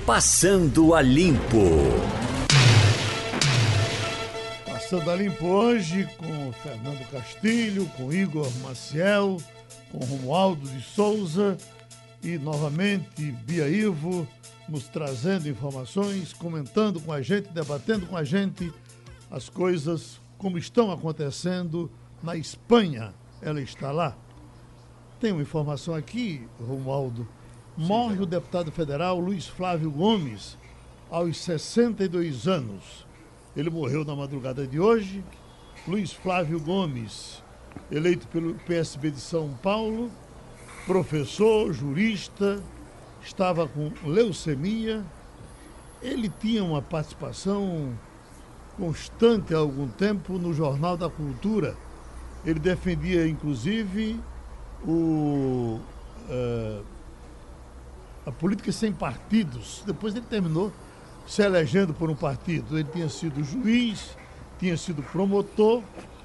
Passando a Limpo. Passando a Limpo hoje com Fernando Castilho, com Igor Maciel, com Romualdo de Souza e novamente Bia Ivo nos trazendo informações, comentando com a gente, debatendo com a gente as coisas como estão acontecendo na Espanha. Ela está lá. Tem uma informação aqui, Romualdo. Morre o deputado federal Luiz Flávio Gomes aos 62 anos. Ele morreu na madrugada de hoje. Luiz Flávio Gomes, eleito pelo PSB de São Paulo, professor, jurista, estava com leucemia. Ele tinha uma participação constante há algum tempo no Jornal da Cultura. Ele defendia, inclusive, a política sem partidos. Depois ele terminou se elegendo por um partido. Ele tinha sido juiz, tinha sido promotor,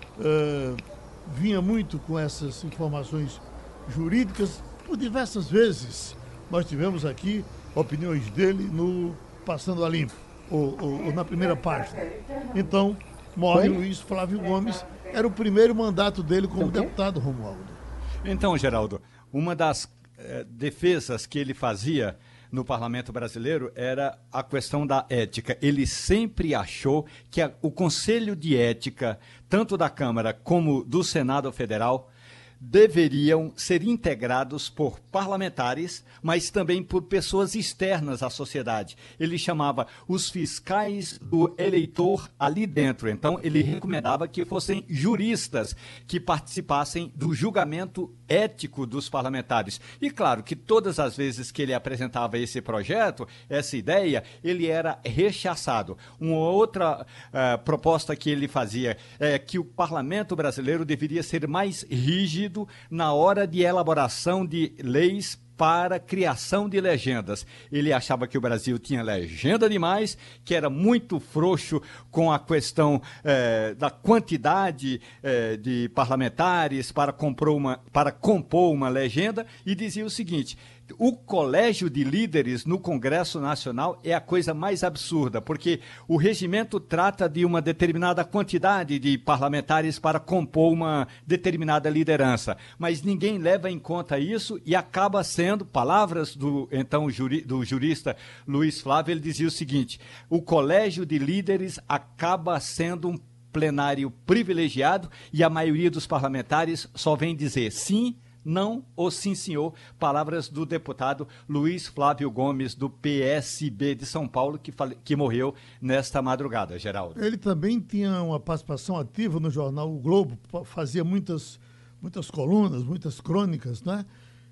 vinha muito com essas informações jurídicas. Por diversas vezes nós tivemos aqui opiniões dele no Passando a Limpo, ou na primeira página. Então, morre Luiz Flávio Gomes. Era o primeiro mandato dele como deputado, Romualdo. Então, Geraldo, uma das defesas que ele fazia no Parlamento Brasileiro era a questão da ética. Ele sempre achou que o Conselho de Ética, tanto da Câmara como do Senado Federal, deveriam ser integrados por parlamentares, mas também por pessoas externas à sociedade. Ele chamava os fiscais do eleitor ali dentro. Então, ele recomendava que fossem juristas que participassem do julgamento ético dos parlamentares. E claro que todas as vezes que ele apresentava esse projeto, essa ideia, ele era rechaçado. Uma outra proposta que ele fazia é que o Parlamento brasileiro deveria ser mais rígido na hora de elaboração de leis para criação de legendas. Ele achava que o Brasil tinha legenda demais, que era muito frouxo com a questão da quantidade de parlamentares para compor uma legenda, e dizia o seguinte: o colégio de líderes no Congresso Nacional é a coisa mais absurda, porque o regimento trata de uma determinada quantidade de parlamentares para compor uma determinada liderança, mas ninguém leva em conta isso e acaba sendo, palavras do jurista Luiz Flávio, ele dizia o seguinte: o colégio de líderes acaba sendo um plenário privilegiado e a maioria dos parlamentares só vem dizer sim, não ou sim, senhor. Palavras do deputado Luiz Flávio Gomes, do PSB de São Paulo, que morreu nesta madrugada, Geraldo. Ele também tinha uma participação ativa no jornal O Globo, fazia muitas colunas, muitas crônicas, né?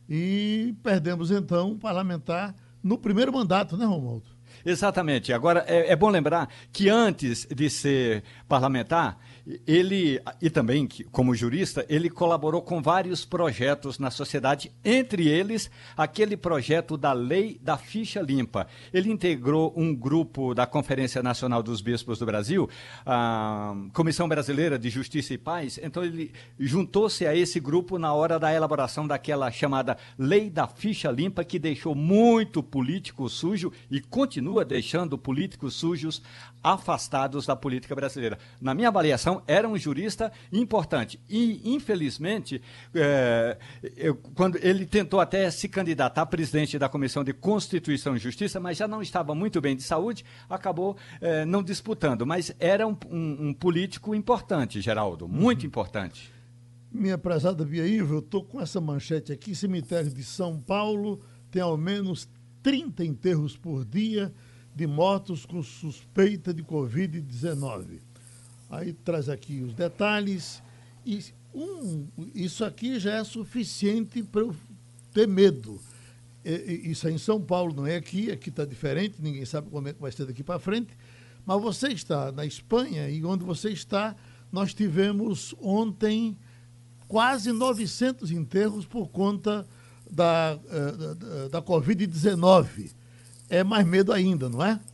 E perdemos, então, um parlamentar no primeiro mandato, né, Romualdo? Exatamente. Agora, é bom lembrar que antes de ser parlamentar, ele, e também como jurista, ele colaborou com vários projetos na sociedade, entre eles aquele projeto da Lei da Ficha Limpa. Ele integrou um grupo da Conferência Nacional dos Bispos do Brasil, a Comissão Brasileira de Justiça e Paz. Então ele juntou-se a esse grupo na hora da elaboração daquela chamada Lei da Ficha Limpa, que deixou muito político sujo e continua deixando políticos sujos afastados da política brasileira. Na minha avaliação, era um jurista importante. E, infelizmente, quando ele tentou até se candidatar a presidente da Comissão de Constituição e Justiça, mas já não estava muito bem de saúde, acabou não disputando. Mas era um político importante, Geraldo, muito importante. Minha prezada Bia Ivo, eu estou com essa manchete aqui: cemitério de São Paulo tem ao menos 30 enterros por dia de mortos com suspeita de Covid-19. Aí traz aqui os detalhes. E isso aqui já é suficiente para eu ter medo. Isso é em São Paulo, não é aqui. Aqui está diferente, ninguém sabe como é que vai ser daqui para frente. Mas você está na Espanha, e onde você está, nós tivemos ontem quase 900 enterros por conta da Covid-19. É mais medo ainda, não é?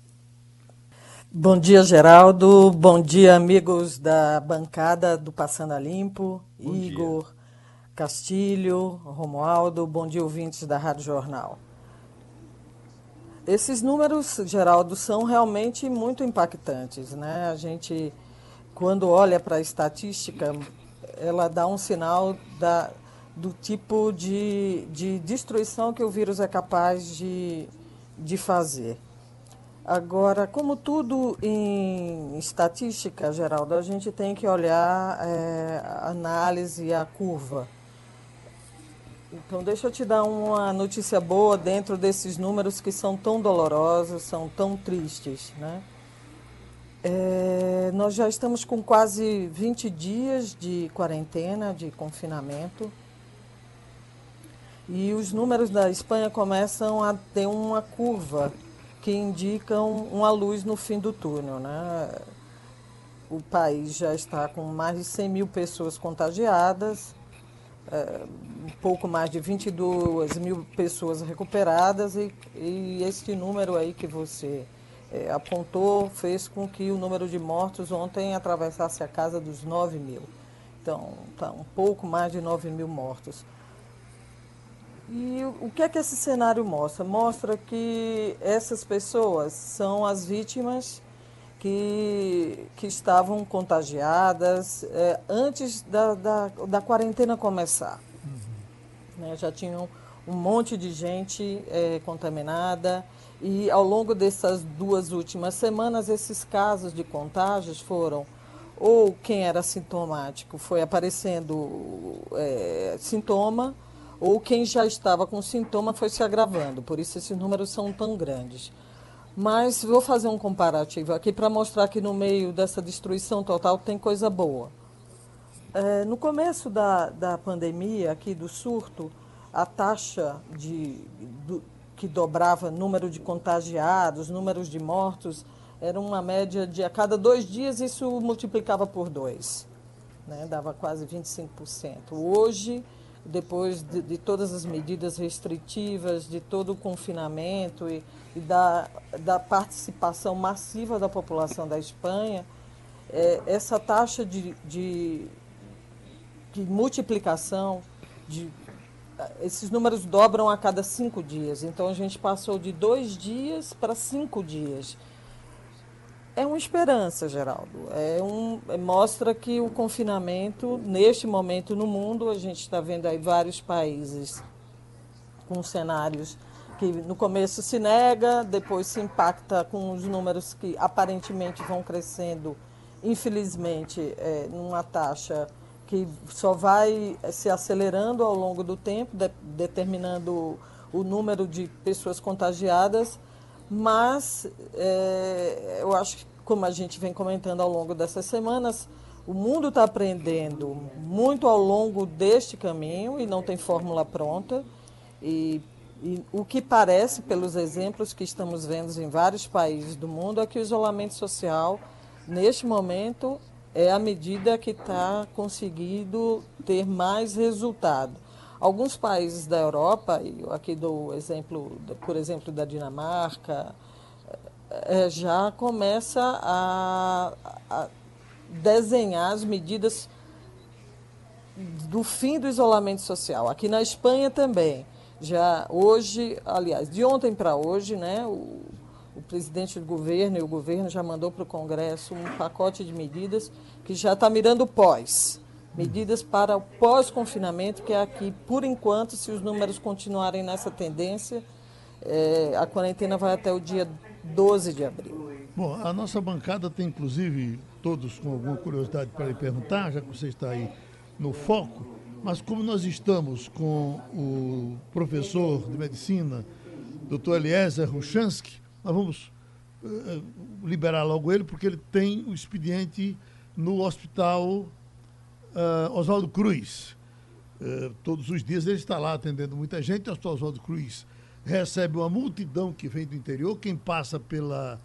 Bom dia, Geraldo. Bom dia, amigos da bancada do Passando a Limpo. Bom Igor, dia. Castilho, Romualdo. Bom dia, ouvintes da Rádio Jornal. Esses números, Geraldo, são realmente muito impactantes, né? A gente, quando olha para a estatística, ela dá um sinal do tipo de destruição que o vírus é capaz de fazer. Agora, como tudo em estatística, Geraldo, a gente tem que olhar a análise, a curva. Então, deixa eu te dar uma notícia boa dentro desses números que são tão dolorosos, são tão tristes, né? Nós já estamos com quase 20 dias de quarentena, de confinamento, e os números da Espanha começam a ter uma curva que indicam uma luz no fim do túnel, né? O país já está com mais de 100 mil pessoas contagiadas, um pouco mais de 22 mil pessoas recuperadas e este número aí que você apontou fez com que o número de mortos ontem atravessasse a casa dos 9 mil. Então, está um pouco mais de 9 mil mortos. E o que é que esse cenário mostra? Mostra que essas pessoas são as vítimas que estavam contagiadas antes da quarentena começar. Né? Já tinham um monte de gente contaminada e ao longo dessas 2 últimas semanas esses casos de contágios foram ou quem era sintomático foi aparecendo sintoma ou quem já estava com sintoma foi se agravando, por isso esses números são tão grandes. Mas vou fazer um comparativo aqui para mostrar que no meio dessa destruição total tem coisa boa. No começo da pandemia, aqui do surto, a taxa que dobrava número de contagiados, números de mortos, era uma média de a cada 2 dias isso multiplicava por 2, né? Dava quase 25%. Hoje, depois de todas as medidas restritivas, de todo o confinamento e da participação massiva da população da Espanha, essa taxa de multiplicação, esses números dobram a cada 5 dias. Então, a gente passou de 2 dias para 5 dias. É uma esperança, Geraldo. Mostra que o confinamento, neste momento no mundo, a gente está vendo aí vários países com cenários que no começo se nega, depois se impacta com os números que aparentemente vão crescendo, infelizmente, numa taxa que só vai se acelerando ao longo do tempo, determinando o número de pessoas contagiadas. Mas eu acho que, como a gente vem comentando ao longo dessas semanas, o mundo está aprendendo muito ao longo deste caminho e não tem fórmula pronta. E o que parece, pelos exemplos que estamos vendo em vários países do mundo, é que o isolamento social, neste momento, é a medida que está conseguindo ter mais resultado. Alguns países da Europa, e aqui dou exemplo, por exemplo, da Dinamarca, já começa a desenhar as medidas do fim do isolamento social. Aqui na Espanha também. Já hoje, aliás, de ontem para hoje, né, o presidente do governo e o governo já mandou para o Congresso um pacote de medidas que já está mirando o pós. Medidas para o pós-confinamento, que é aqui, por enquanto, se os números continuarem nessa tendência, a quarentena vai até o dia 12 de abril. Bom, a nossa bancada tem, inclusive, todos com alguma curiosidade para lhe perguntar, já que você está aí no foco, mas como nós estamos com o professor de medicina, Dr. Eliezer Ruchansky, nós vamos liberar logo ele, porque ele tem o expediente no hospital Oswaldo Cruz. Todos os dias ele está lá atendendo muita gente. O Hospital Oswaldo Cruz recebe uma multidão que vem do interior. Quem passa pela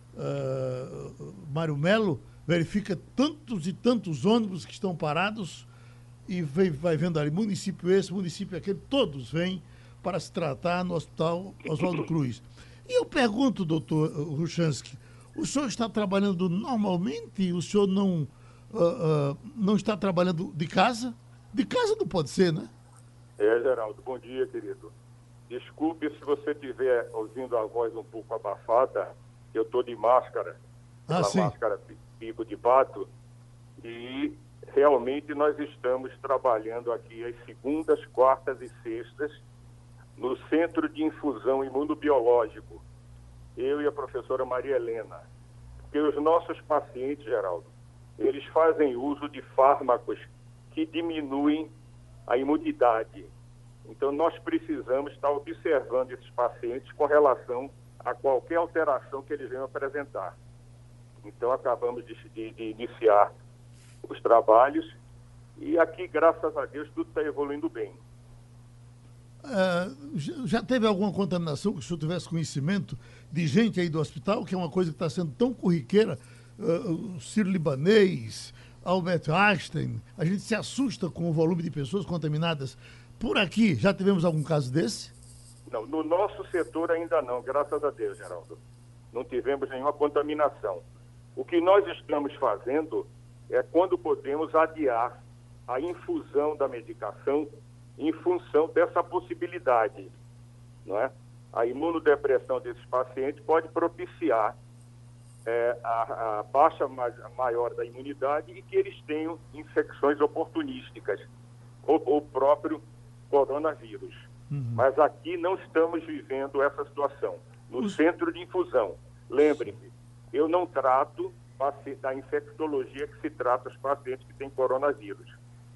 Mário Melo verifica tantos e tantos ônibus que estão parados e vai vendo ali município esse, município aquele, todos vêm para se tratar no Hospital Oswaldo Cruz. E eu pergunto, doutor Ruchansky, o senhor está trabalhando normalmente? O senhor não está trabalhando de casa? De casa não pode ser, né? Geraldo, bom dia, querido. Desculpe se você estiver ouvindo a voz um pouco abafada, eu estou de máscara, sim. máscara bico de pato, e realmente nós estamos trabalhando aqui às segundas, quartas e sextas no Centro de Infusão Imunobiológico, eu e a professora Maria Helena, porque os nossos pacientes, Geraldo, eles fazem uso de fármacos que diminuem a imunidade. Então, nós precisamos estar observando esses pacientes com relação a qualquer alteração que eles venham apresentar. Então, acabamos de iniciar os trabalhos e aqui, graças a Deus, tudo está evoluindo bem. Já teve alguma contaminação que o senhor tivesse conhecimento de gente aí do hospital, que é uma coisa que está sendo tão corriqueira, o Sírio-Libanês, Albert Einstein, a gente se assusta com o volume de pessoas contaminadas. Por aqui, já tivemos algum caso desse? Não, no nosso setor ainda não, graças a Deus, Geraldo. Não tivemos nenhuma contaminação. O que nós estamos fazendo é quando podemos adiar a infusão da medicação em função dessa possibilidade, não é? A imunodepressão desses pacientes pode propiciar a baixa maior da imunidade e que eles tenham infecções oportunísticas, ou o próprio coronavírus. Mas aqui não estamos vivendo essa situação. No centro de infusão, lembre-se, eu não trato da infectologia que se trata os pacientes que têm coronavírus.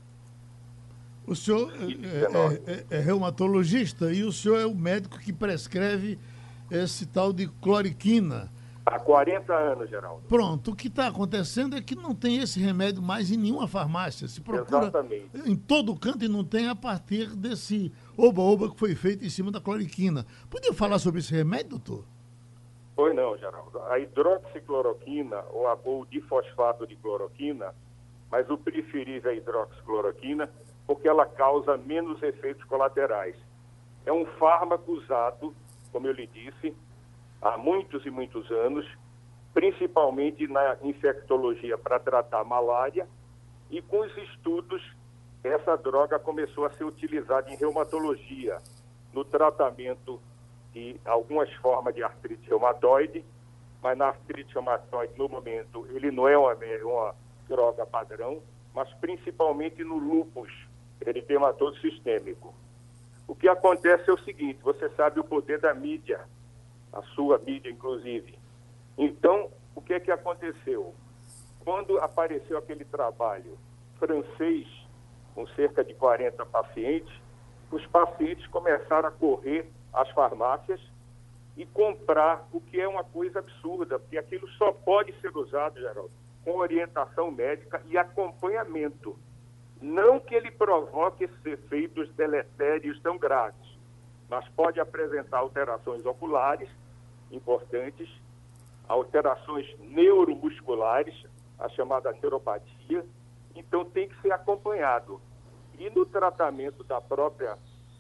O senhor é reumatologista e o senhor é o médico que prescreve esse tal de cloriquina. Há 40 anos, Geraldo. Pronto, o que está acontecendo é que não tem esse remédio mais em nenhuma farmácia. Se procura Exatamente. Em todo canto e não tem a partir desse oba-oba que foi feito em cima da cloriquina. Podia falar sobre esse remédio, doutor? Pois não, Geraldo. A hidroxicloroquina ou o difosfato de cloroquina, mas o preferível é a hidroxicloroquina, porque ela causa menos efeitos colaterais. É um fármaco usado, como eu lhe disse, há muitos e muitos anos, principalmente na infectologia para tratar malária, e com os estudos, essa droga começou a ser utilizada em reumatologia, no tratamento de algumas formas de artrite reumatoide, mas na artrite reumatoide, no momento, ele não é uma droga padrão, mas principalmente no lúpus, eritematoso sistêmico. O que acontece é o seguinte, você sabe o poder da mídia, a sua mídia, inclusive. Então, o que é que aconteceu? Quando apareceu aquele trabalho francês, com cerca de 40 pacientes, os pacientes começaram a correr às farmácias e comprar, o que é uma coisa absurda, porque aquilo só pode ser usado, Geraldo, com orientação médica e acompanhamento. Não que ele provoque esses efeitos deletérios tão graves, mas pode apresentar alterações oculares importantes, alterações neuromusculares, a chamada neuropatia, então tem que ser acompanhado. E no tratamento da própria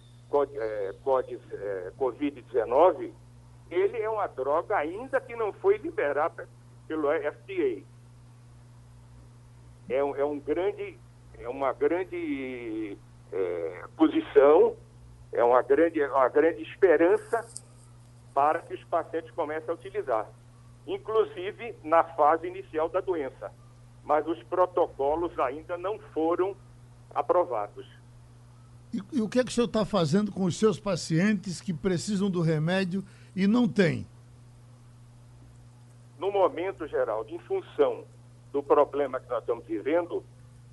Covid-19, ele é uma droga ainda que não foi liberada pelo FDA. É uma grande posição, é uma grande esperança para que os pacientes comecem a utilizar, inclusive na fase inicial da doença. Mas os protocolos ainda não foram aprovados. E o que é que o senhor está fazendo com os seus pacientes que precisam do remédio e não têm? No momento, Geraldo, em função do problema que nós estamos vivendo,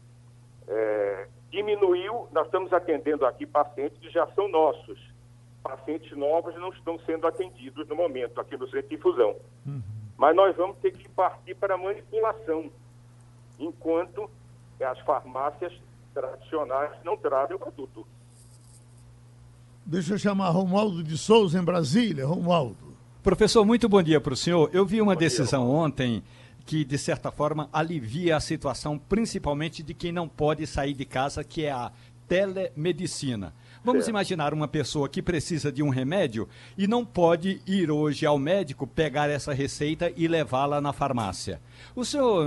diminuiu, nós estamos atendendo aqui pacientes que já são nossos. Pacientes novos não estão sendo atendidos no momento, aqui no centro de infusão. Mas nós vamos ter que partir para a manipulação, enquanto as farmácias tradicionais não trazem o produto. Deixa eu chamar Romualdo de Souza, em Brasília. Romualdo. Professor, muito bom dia para o senhor. Eu vi uma decisão ontem que, de certa forma, alivia a situação, principalmente de quem não pode sair de casa, que é a telemedicina. Vamos imaginar uma pessoa que precisa de um remédio e não pode ir hoje ao médico, pegar essa receita e levá-la na farmácia. O senhor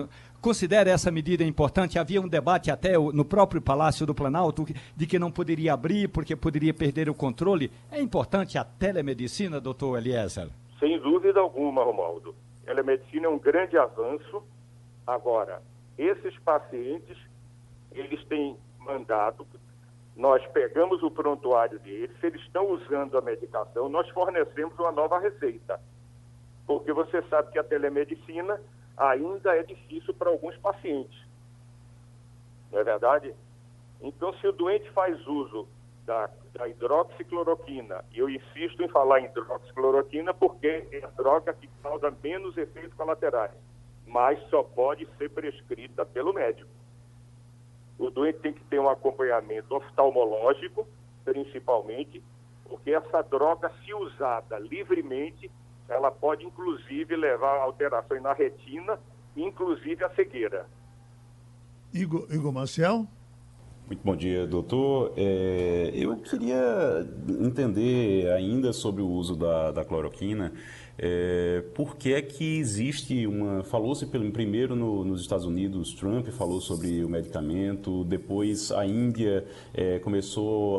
considera essa medida importante? Havia um debate até no próprio Palácio do Planalto de que não poderia abrir porque poderia perder o controle. É importante a telemedicina, doutor Eliezer? Sem dúvida alguma, Romualdo. A telemedicina é um grande avanço. Agora, esses pacientes, eles têm mandado, nós pegamos o prontuário deles, se eles estão usando a medicação, nós fornecemos uma nova receita. Porque você sabe que a telemedicina ainda é difícil para alguns pacientes. Não é verdade? Então, se o doente faz uso da hidroxicloroquina, e eu insisto em falar em hidroxicloroquina porque é a droga que causa menos efeitos colaterais, mas só pode ser prescrita pelo médico. O doente tem que ter um acompanhamento oftalmológico, principalmente, porque essa droga, se usada livremente, ela pode, inclusive, levar a alterações na retina, inclusive a cegueira. Igor Maciel? Muito bom dia, doutor. Eu queria entender ainda sobre o uso da cloroquina. Por que é que existe falou-se primeiro nos Estados Unidos, Trump falou sobre o medicamento, depois a Índia começou,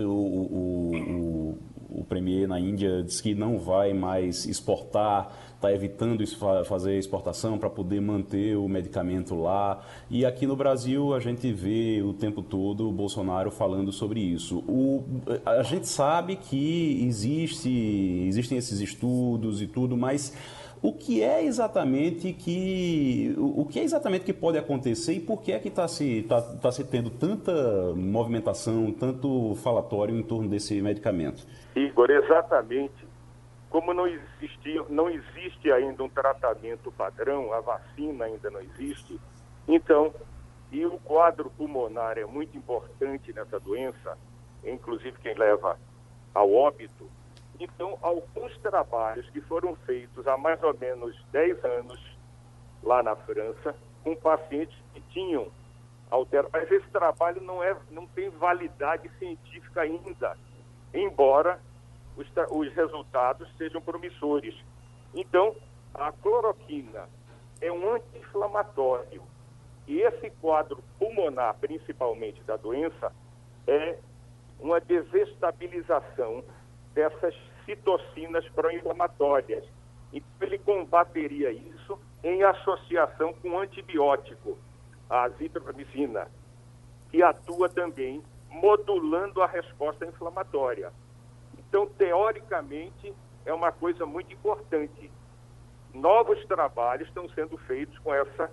o premier na Índia disse que não vai mais exportar, está evitando fazer exportação para poder manter o medicamento lá. E aqui no Brasil a gente vê o tempo todo o Bolsonaro falando sobre isso. A gente sabe que existem esses estudos e tudo, mas o que é exatamente que pode acontecer e por que é que está se tendo tanta movimentação, tanto falatório em torno desse medicamento? Igor, exatamente. Como não existe ainda um tratamento padrão, a vacina ainda não existe, então, e o quadro pulmonar é muito importante nessa doença, inclusive quem leva ao óbito, então, alguns trabalhos que foram feitos há mais ou menos 10 anos lá na França, com pacientes que tinham alterações, mas esse trabalho não tem validade científica ainda, embora os resultados sejam promissores. Então, a cloroquina é um anti-inflamatório e esse quadro pulmonar, principalmente da doença, é uma desestabilização dessas citocinas pró-inflamatórias. Então, ele combateria isso em associação com antibiótico, a azitromicina, que atua também modulando a resposta inflamatória. Então, teoricamente, é uma coisa muito importante. Novos trabalhos estão sendo feitos com essa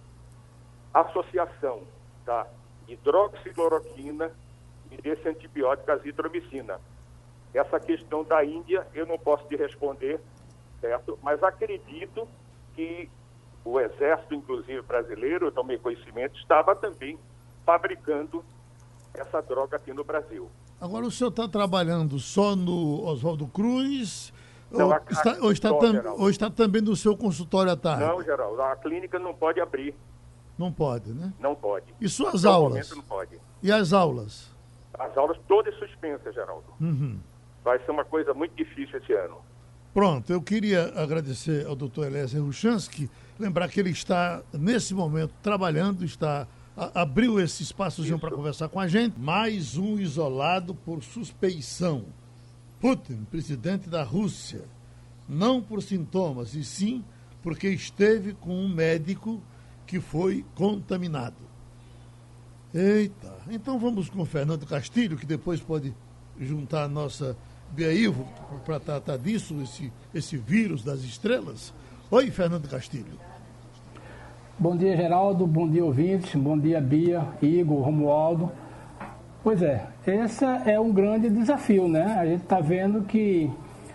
associação da hidroxicloroquina e desse antibiótico azitromicina. Essa questão da Índia, eu não posso te responder, certo? Mas acredito que o Exército, inclusive brasileiro, eu tomei conhecimento, estava também fabricando essa droga aqui no Brasil. Agora, o senhor está trabalhando só no Oswaldo Cruz Não, ou está também no seu consultório à tarde? Não, Geraldo, a clínica não pode abrir. Não pode, né? Não pode. E suas No aulas? momento não pode. E as aulas? As aulas todas suspensas, Geraldo. Uhum. Vai ser uma coisa muito difícil esse ano. Pronto, eu queria agradecer ao Dr. Eliezer Ruchansky, lembrar que ele está, nesse momento, trabalhando, abriu esse espaçozinho para conversar com a gente. Mais um isolado por suspeição. Putin, presidente da Rússia, não por sintomas, e sim porque esteve com um médico que foi contaminado. Eita, então vamos com o Fernando Castilho, que depois pode juntar a nossa Bia Ivo para tratar disso, esse vírus das estrelas. Oi, Fernando Castilho. Bom dia, Geraldo. Bom dia, ouvintes. Bom dia, Bia, Igor, Romualdo. Pois é, esse é um grande desafio, né? A gente está vendo que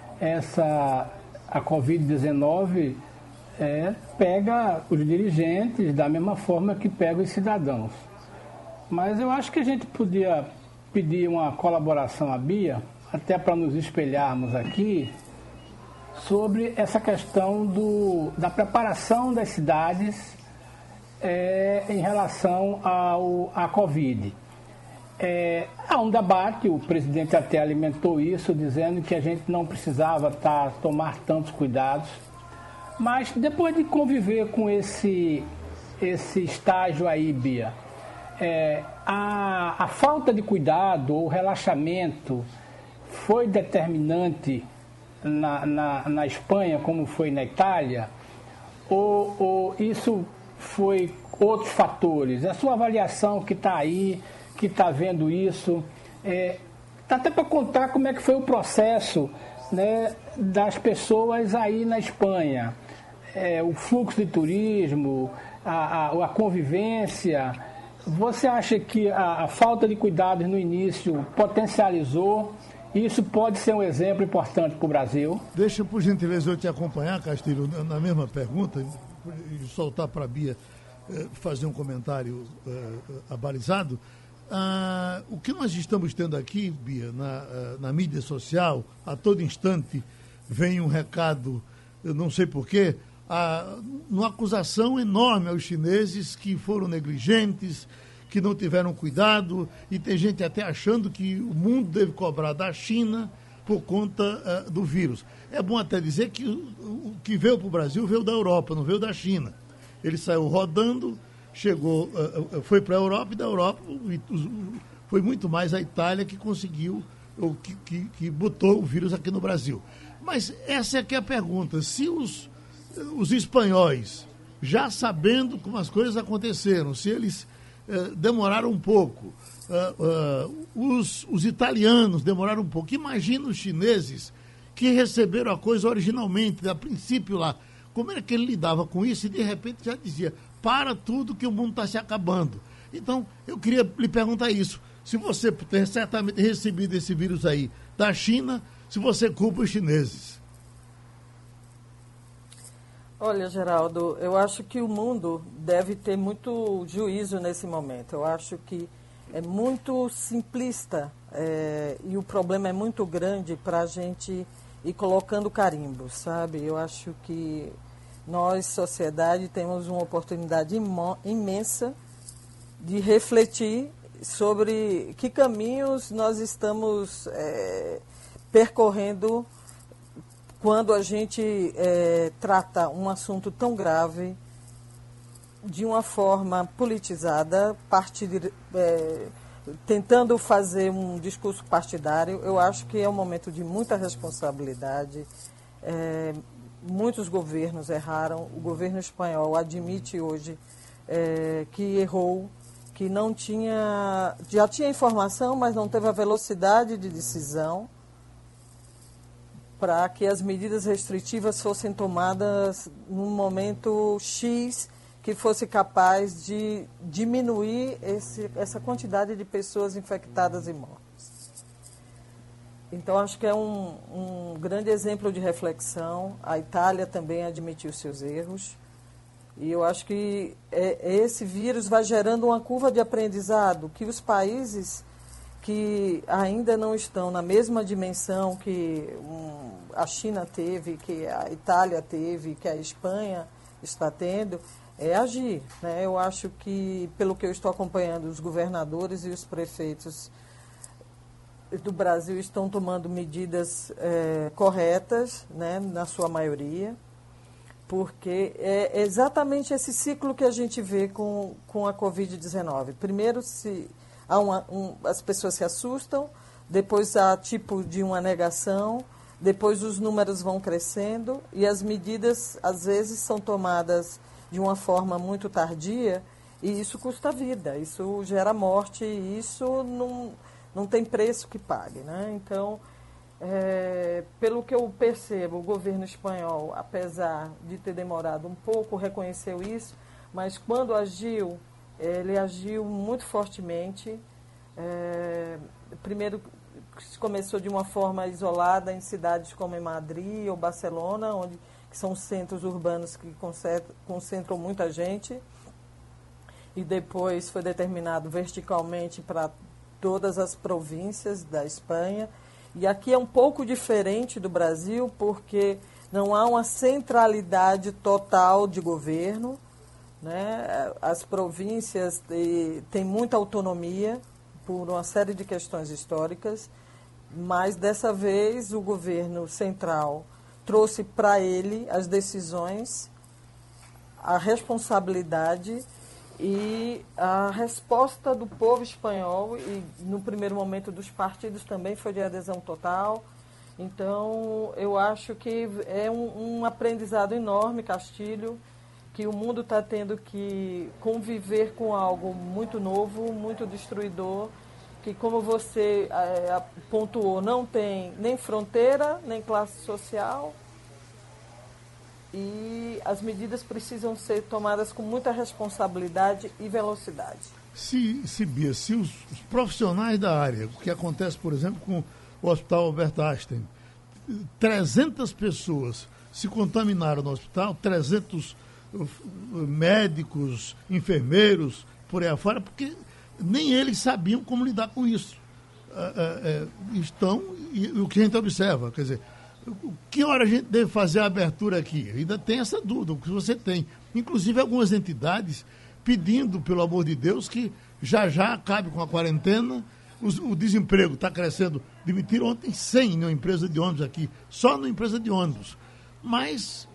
a Covid-19 pega os dirigentes da mesma forma que pega os cidadãos. Mas eu acho que a gente podia pedir uma colaboração à Bia, até para nos espelharmos aqui, sobre essa questão da preparação das cidades em relação à Covid. Há um debate, o presidente até alimentou isso, dizendo que a gente não precisava tomar tantos cuidados, mas depois de conviver com esse esse estágio aí, Bia, a falta de cuidado ou relaxamento foi determinante na Espanha, como foi na Itália, ou isso foi outros fatores? A sua avaliação que está aí, que está vendo isso, dá até para contar como é que foi o processo, né, das pessoas aí na Espanha, o fluxo de turismo, a convivência. Você acha que a falta de cuidados no início potencializou? Isso pode ser um exemplo importante para o Brasil? Deixa, por gentileza, eu te acompanhar, Castilho, na mesma pergunta, e soltar para a Bia fazer um comentário abalizado. O que nós estamos tendo aqui, Bia, na mídia social, a todo instante vem um recado, eu não sei porquê, uma acusação enorme aos chineses que foram negligentes, que não tiveram cuidado, e tem gente até achando que o mundo deve cobrar da China por conta do vírus. É bom até dizer que o que veio para o Brasil veio da Europa, não veio da China. Ele saiu rodando, chegou, foi para a Europa, e da Europa foi muito mais a Itália que conseguiu, ou que botou o vírus aqui no Brasil. Mas essa é que é a pergunta. Se os espanhóis, já sabendo como as coisas aconteceram, se eles demoraram um pouco, os italianos demoraram um pouco, imagina os chineses que receberam a coisa originalmente, a princípio lá, como é que ele lidava com isso e de repente já dizia, para tudo que o mundo está se acabando. Então, eu queria lhe perguntar isso, se você tem certamente recebido esse vírus aí da China, se você culpa os chineses. Olha, Geraldo, eu acho que o mundo deve ter muito juízo nesse momento. Eu acho que é muito simplista e o problema é muito grande para a gente ir colocando carimbo, sabe? Eu acho que nós, sociedade, temos uma oportunidade imensa de refletir sobre que caminhos nós estamos percorrendo quando a gente trata um assunto tão grave de uma forma politizada, tentando fazer um discurso partidário. Eu acho que é um momento de muita responsabilidade. Muitos governos erraram. O governo espanhol admite hoje que errou, que não tinha... Já tinha informação, mas não teve a velocidade de decisão para que as medidas restritivas fossem tomadas num momento X que fosse capaz de diminuir essa quantidade de pessoas infectadas e mortas. Então, acho que é um grande exemplo de reflexão. A Itália também admitiu seus erros. E eu acho que esse vírus vai gerando uma curva de aprendizado que os países que ainda não estão na mesma dimensão que a China teve, que a Itália teve, que a Espanha está tendo, agir, né? Eu acho que, pelo que eu estou acompanhando, os governadores e os prefeitos do Brasil estão tomando medidas corretas, né, na sua maioria, porque é exatamente esse ciclo que a gente vê com a Covid-19. Primeiro, as pessoas se assustam, depois há tipo de uma negação, depois os números vão crescendo e as medidas, às vezes, são tomadas de uma forma muito tardia e isso custa vida, isso gera morte e isso não tem preço que pague, né? Então, pelo que eu percebo, o governo espanhol, apesar de ter demorado um pouco, reconheceu isso, mas quando agiu, ele agiu muito fortemente. Primeiro, começou de uma forma isolada em cidades como em Madrid ou Barcelona, que são centros urbanos que concentram muita gente, e depois foi determinado verticalmente para todas as províncias da Espanha. E aqui é um pouco diferente do Brasil, porque não há uma centralidade total de governo, né? As províncias têm muita autonomia por uma série de questões históricas, mas dessa vez o governo central trouxe para ele as decisões a responsabilidade e a resposta do povo espanhol, e no primeiro momento dos partidos também foi de adesão total. Então, eu acho que é um aprendizado enorme, Castilho, que o mundo está tendo que conviver com algo muito novo, muito destruidor, que, como você pontuou, não tem nem fronteira, nem classe social, e as medidas precisam ser tomadas com muita responsabilidade e velocidade. Bia, se os profissionais da área, o que acontece, por exemplo, com o Hospital Albert Einstein, 300 pessoas se contaminaram no hospital, 300 médicos, enfermeiros, por aí afora, porque nem eles sabiam como lidar com isso. E o que a gente observa, quer dizer, que hora a gente deve fazer a abertura aqui? Ainda tem essa dúvida, o que você tem. Inclusive algumas entidades pedindo, pelo amor de Deus, que já acabe com a quarentena. O desemprego está crescendo. Demitiram ontem 100 numa empresa de ônibus aqui, só numa empresa de ônibus. Mas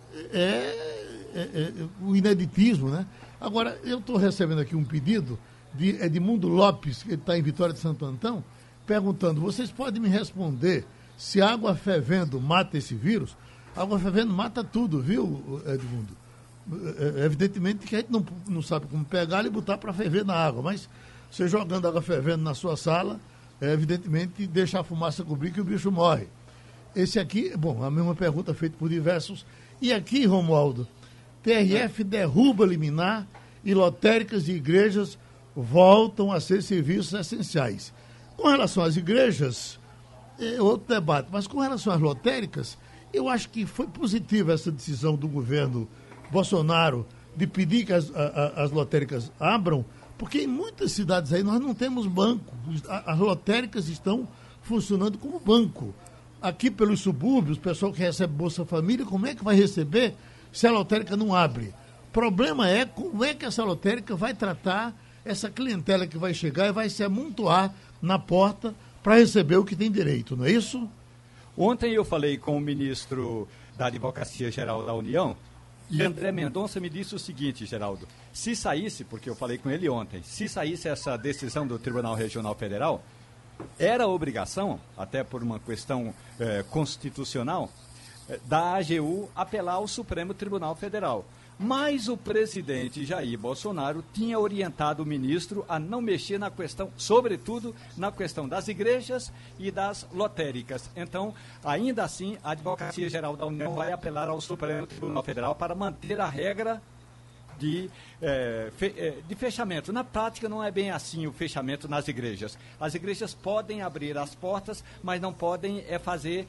o ineditismo, né? Agora, eu estou recebendo aqui um pedido de Edmundo Lopes, que está em Vitória de Santo Antão, perguntando: vocês podem me responder se água fervendo mata esse vírus? Água fervendo mata tudo, viu, Edmundo? Evidentemente que a gente não sabe como pegar e botar para ferver na água, mas você jogando água fervendo na sua sala, evidentemente deixa a fumaça cobrir que o bicho morre. Esse aqui, bom, a mesma pergunta feita por diversos. E aqui, Romualdo, TRF derruba liminar e lotéricas de igrejas voltam a ser serviços essenciais. Com relação às igrejas, é outro debate, mas com relação às lotéricas, eu acho que foi positiva essa decisão do governo Bolsonaro de pedir que as lotéricas abram, porque em muitas cidades aí nós não temos banco. As lotéricas estão funcionando como banco. Aqui pelos subúrbios, o pessoal que recebe Bolsa Família, como é que vai receber se a lotérica não abre? O problema é como é que essa lotérica vai tratar essa clientela que vai chegar e vai se amontoar na porta para receber o que tem direito, não é isso? Ontem eu falei com o ministro da Advocacia Geral da União, e André Mendonça me disse o seguinte, Geraldo: se saísse, porque eu falei com ele ontem, se saísse essa decisão do Tribunal Regional Federal, era obrigação, até por uma questão constitucional, da AGU apelar ao Supremo Tribunal Federal. Mas o presidente Jair Bolsonaro tinha orientado o ministro a não mexer na questão, sobretudo na questão das igrejas e das lotéricas. Então, ainda assim, a Advocacia Geral da União vai apelar ao Supremo Tribunal Federal para manter a regra de fechamento. Na prática, não é bem assim o fechamento nas igrejas. As igrejas podem abrir as portas, mas não podem fazer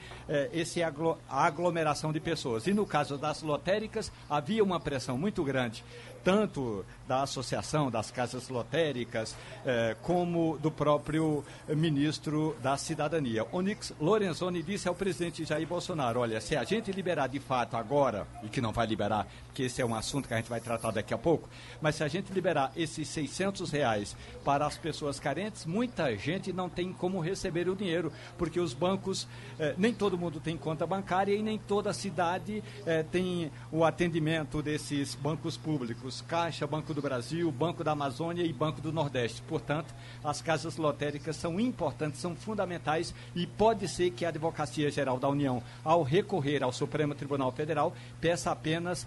a aglomeração de pessoas. E no caso das lotéricas, havia uma pressão muito grande, tanto da Associação das Casas Lotéricas, como do próprio ministro da Cidadania. Onyx Lorenzoni disse ao presidente Jair Bolsonaro: olha, se a gente liberar de fato agora, e que não vai liberar, porque esse é um assunto que a gente vai tratar daqui a pouco, mas se a gente liberar esses R$600 para as pessoas carentes, muita gente não tem como receber o dinheiro, porque os bancos, nem todo mundo tem conta bancária e nem toda cidade tem o atendimento desses bancos públicos, Caixa, Banco do Brasil, Banco da Amazônia e Banco do Nordeste. Portanto, as casas lotéricas são importantes, são fundamentais, e pode ser que a Advocacia Geral da União, ao recorrer ao Supremo Tribunal Federal, peça apenas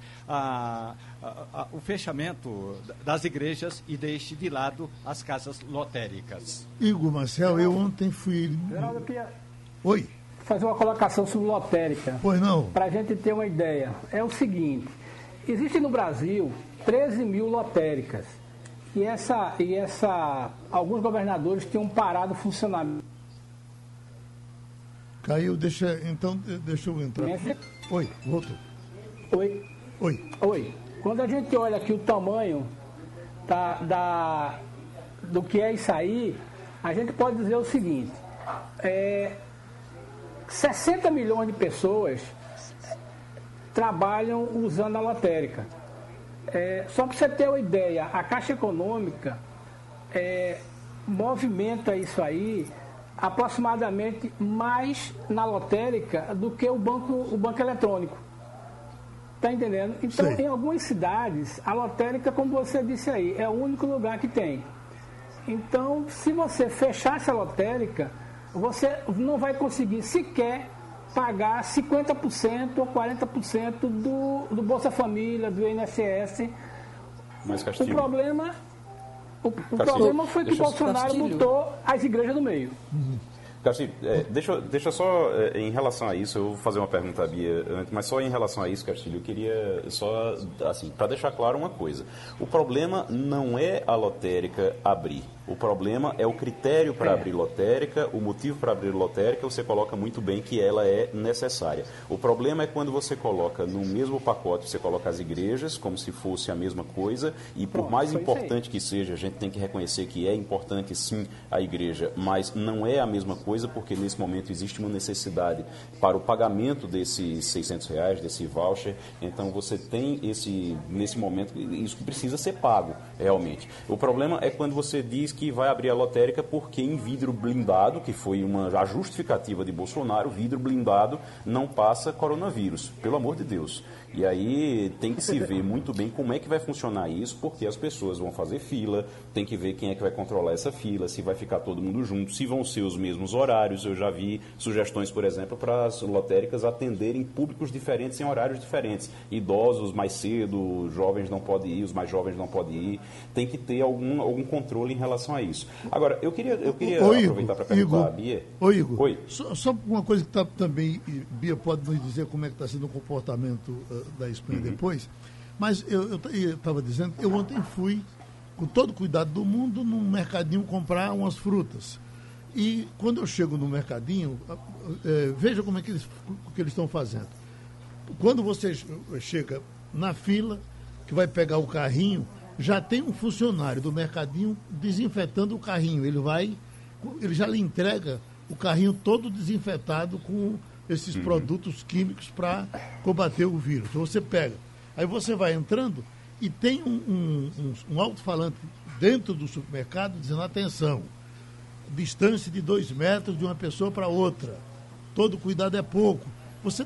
o fechamento das igrejas e deixe de lado as casas lotéricas. Igor Marcel, eu ontem fui... Geraldo, eu queria Oi. fazer uma colocação sobre lotérica. Pois não. Para a gente ter uma ideia. É o seguinte: existe no Brasil 13 mil lotéricas. E alguns governadores tinham parado o funcionamento. Caiu, deixa eu entrar. Oi, voltou. Oi. Quando a gente olha aqui o tamanho do que é isso aí, a gente pode dizer o seguinte: 60 milhões de pessoas trabalham usando a lotérica. Só para você ter uma ideia, a Caixa Econômica movimenta isso aí aproximadamente mais na lotérica do que o banco eletrônico. Tá entendendo? Então, Sei. em algumas cidades, a lotérica, como você disse aí, é o único lugar que tem. Então, se você fechar essa lotérica, você não vai conseguir sequer pagar 50% ou 40% do Bolsa Família, do INSS. Mas O Castilho, problema foi que deixa eu- Bolsonaro Castilho. botou as igrejas no meio. Castilho, deixa só, em relação a isso, eu vou fazer uma pergunta à Bia antes, mas só em relação a isso, Castilho, eu queria só, assim, para deixar claro uma coisa. O problema não é a lotérica abrir. O problema é o critério para abrir lotérica, o motivo para abrir lotérica, você coloca muito bem que ela é necessária. O problema é quando você coloca no mesmo pacote, você coloca as igrejas como se fosse a mesma coisa, e por mais foi isso aí. importante que seja, a gente tem que reconhecer que é importante sim a igreja, mas não é a mesma coisa porque nesse momento existe uma necessidade para o pagamento desses R$600, desse voucher, então você tem nesse momento, isso que precisa ser pago, realmente. O problema é quando você diz que vai abrir a lotérica porque em vidro blindado, que foi a justificativa de Bolsonaro, vidro blindado não passa coronavírus, pelo amor de Deus. E aí tem que se ver muito bem como é que vai funcionar isso, porque as pessoas vão fazer fila, tem que ver quem é que vai controlar essa fila, se vai ficar todo mundo junto, se vão ser os mesmos horários. Eu já vi sugestões, por exemplo, para as lotéricas atenderem públicos diferentes em horários diferentes. Idosos mais cedo, jovens não podem ir, os mais jovens não podem ir. Tem que ter algum controle em relação a isso. Agora, eu queria aproveitar para perguntar a Bia. Ô, Igor, Oi. Só uma coisa que está também, e Bia pode nos dizer como é que está sendo o comportamento da Espanha depois, mas eu estava dizendo, eu ontem fui, com todo o cuidado do mundo, num mercadinho comprar umas frutas. E quando eu chego no mercadinho, veja como é que eles estão fazendo. Quando você chega na fila, que vai pegar o carrinho, já tem um funcionário do mercadinho desinfetando o carrinho. Ele já lhe entrega o carrinho todo desinfetado com esses produtos químicos para combater o vírus. Então você pega. Aí você vai entrando e tem um alto-falante dentro do supermercado dizendo: atenção, distância de 2 metros de uma pessoa para outra. Todo cuidado é pouco. Você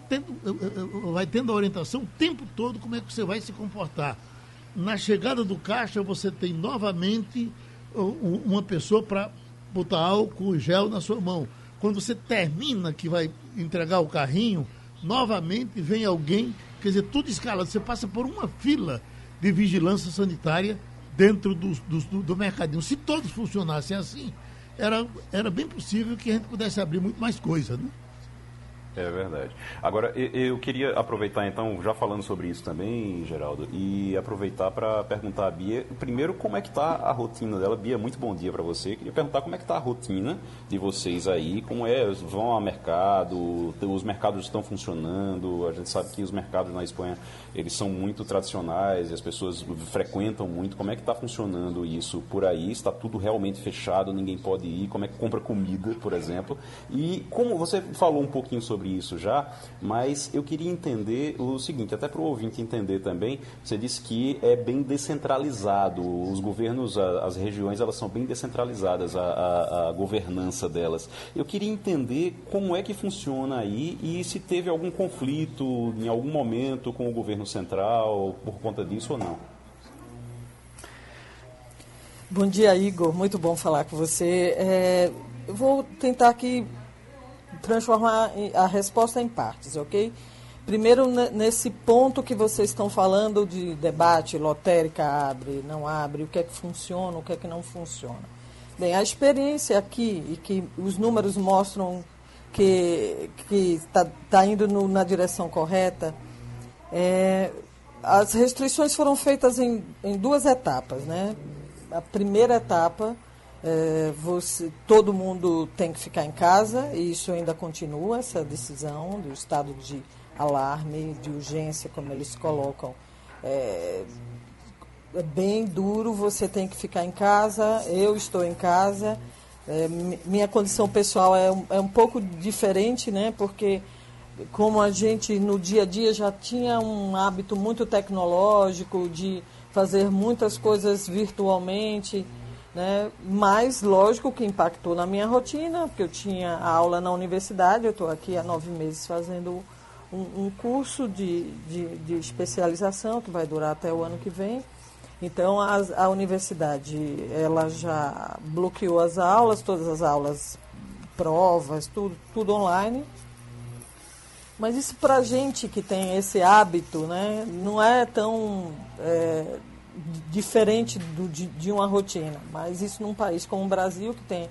vai tendo a orientação o tempo todo como é que você vai se comportar. Na chegada do caixa, você tem novamente uma pessoa para botar álcool e gel na sua mão. Quando você termina que vai entregar o carrinho, novamente vem alguém, quer dizer, tudo escalado. Você passa por uma fila de vigilância sanitária dentro do mercadinho. Se todos funcionassem assim, era bem possível que a gente pudesse abrir muito mais coisa, né? É verdade. Agora, eu queria aproveitar, então, já falando sobre isso também, Geraldo, e aproveitar para perguntar à Bia, primeiro, como é que está a rotina dela. Bia, muito bom dia para você. Queria perguntar como é que está a rotina de vocês aí, como vão ao mercado, os mercados estão funcionando, a gente sabe que os mercados na Espanha, eles são muito tradicionais, e as pessoas frequentam muito. Como é que está funcionando isso por aí? Está tudo realmente fechado, ninguém pode ir? Como é que compra comida, por exemplo? E como você falou um pouquinho sobre isso já, mas eu queria entender o seguinte, até para o ouvinte entender também, você disse que é bem descentralizado, os governos, as regiões, elas são bem descentralizadas, a governança delas. Eu queria entender como é que funciona aí e se teve algum conflito em algum momento com o governo central por conta disso ou não. Bom dia, Igor. Muito bom falar com você. Eu vou tentar aqui transformar a resposta em partes, ok? Primeiro, nesse ponto que vocês estão falando de debate, lotérica abre, não abre, o que é que funciona, o que é que não funciona. Bem, a experiência aqui, e que os números mostram que está indo na direção correta, as restrições foram feitas em 2 etapas, né? A primeira etapa, todo mundo tem que ficar em casa, e isso ainda continua, essa decisão do estado de alarme, de urgência, como eles colocam. É bem duro, você tem que ficar em casa, eu estou em casa. Minha condição pessoal é um pouco diferente, né? Porque como a gente no dia a dia já tinha um hábito muito tecnológico de fazer muitas coisas virtualmente, né? Mas, lógico, que impactou na minha rotina, porque eu tinha aula na universidade, eu estou aqui há 9 meses fazendo um curso de especialização que vai durar até o ano que vem. Então, a universidade ela já bloqueou as aulas, todas as aulas, provas, tudo online. Mas isso para a gente que tem esse hábito, né, não é tão diferente de uma rotina. Mas isso num país como o Brasil, que tem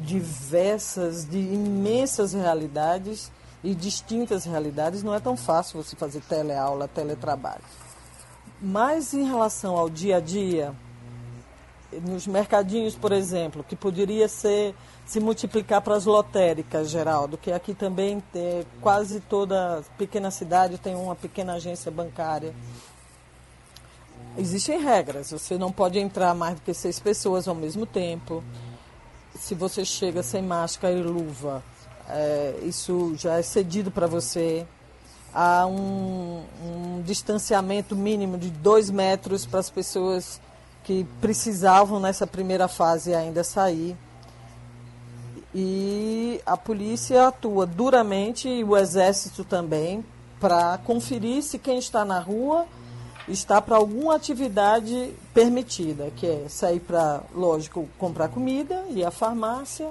imensas realidades e distintas realidades, não é tão fácil você fazer teleaula, teletrabalho. Mas em relação ao dia a dia, nos mercadinhos, por exemplo, que poderia se multiplicar para as lotéricas, Geraldo, que aqui também tem, quase toda pequena cidade tem uma pequena agência bancária. Existem regras, você não pode entrar mais do que 6 pessoas ao mesmo tempo. Se você chega sem máscara e luva, isso já é cedido para você. Há um distanciamento mínimo de 2 metros para as pessoas que precisavam nessa primeira fase ainda sair. E a polícia atua duramente, e o exército também, para conferir se quem está na rua está para alguma atividade permitida, que é sair para, lógico, comprar comida, ir à farmácia,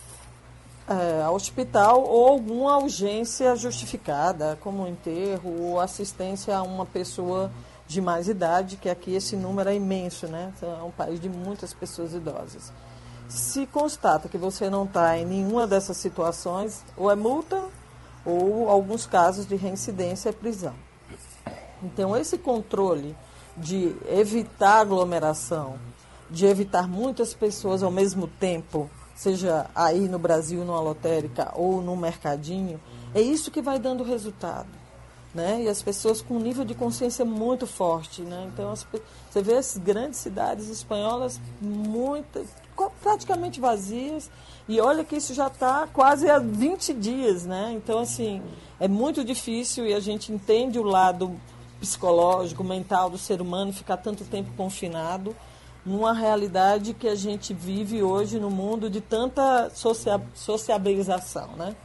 ao hospital, ou alguma urgência justificada, como um enterro ou assistência a uma pessoa de mais idade, que aqui esse número é imenso, né? É um país de muitas pessoas idosas. Se constata que você não está em nenhuma dessas situações, ou é multa, ou alguns casos de reincidência é prisão. Então, esse controle de evitar aglomeração, de evitar muitas pessoas ao mesmo tempo, seja aí no Brasil, numa lotérica ou no mercadinho, é isso que vai dando resultado, né? E as pessoas com um nível de consciência muito forte, né? Então, você vê as grandes cidades espanholas praticamente vazias, e olha que isso já está quase há 20 dias, né? Então, assim, é muito difícil, e a gente entende o lado psicológico, mental do ser humano ficar tanto tempo confinado numa realidade que a gente vive hoje no mundo de tanta sociabilização, né?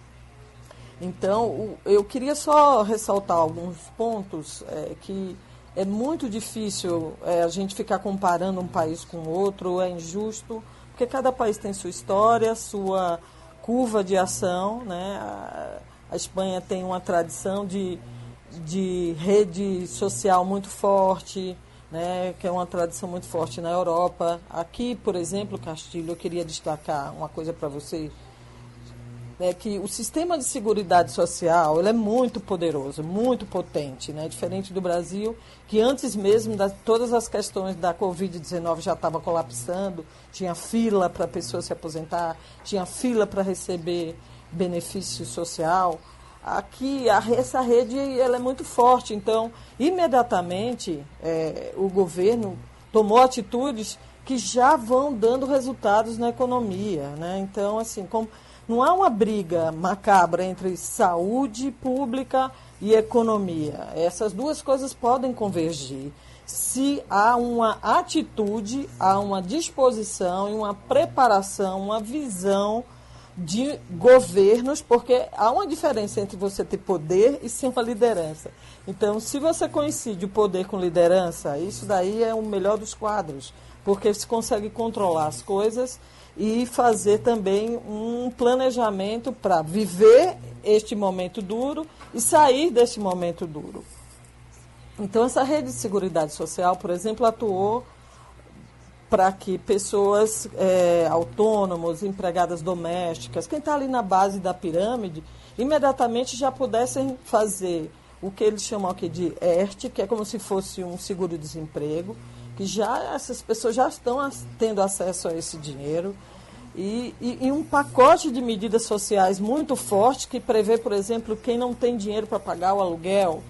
Então, eu queria só ressaltar alguns pontos que é muito difícil a gente ficar comparando um país com o outro, é injusto, porque cada país tem sua história, sua curva de ação, né? A Espanha tem uma tradição de rede social muito forte, né, que é uma tradição muito forte na Europa. Aqui, por exemplo, Castilho, eu queria destacar uma coisa para você, que o sistema de seguridade social ele é muito poderoso, muito potente, né, diferente do Brasil, que antes mesmo de todas as questões da Covid-19 já estava colapsando, tinha fila para a pessoa se aposentar, tinha fila para receber benefício social. Aqui, essa rede ela é muito forte, então, imediatamente, o governo tomou atitudes que já vão dando resultados na economia, né? Então, assim, não há uma briga macabra entre saúde pública e economia. Essas duas coisas podem convergir se há uma atitude, há uma disposição e uma preparação, uma visão de governos, porque há uma diferença entre você ter poder e ser uma liderança. Então, se você coincide o poder com liderança, isso daí é o melhor dos quadros, porque você consegue controlar as coisas e fazer também um planejamento para viver este momento duro e sair deste momento duro. Então, essa rede de seguridade social, por exemplo, atuou para que pessoas autônomos, empregadas domésticas, quem está ali na base da pirâmide, imediatamente já pudessem fazer o que eles chamam aqui de ERTE, que é como se fosse um seguro-desemprego, que já essas pessoas já estão tendo acesso a esse dinheiro, e um pacote de medidas sociais muito forte que prevê, por exemplo, quem não tem dinheiro para pagar o aluguel,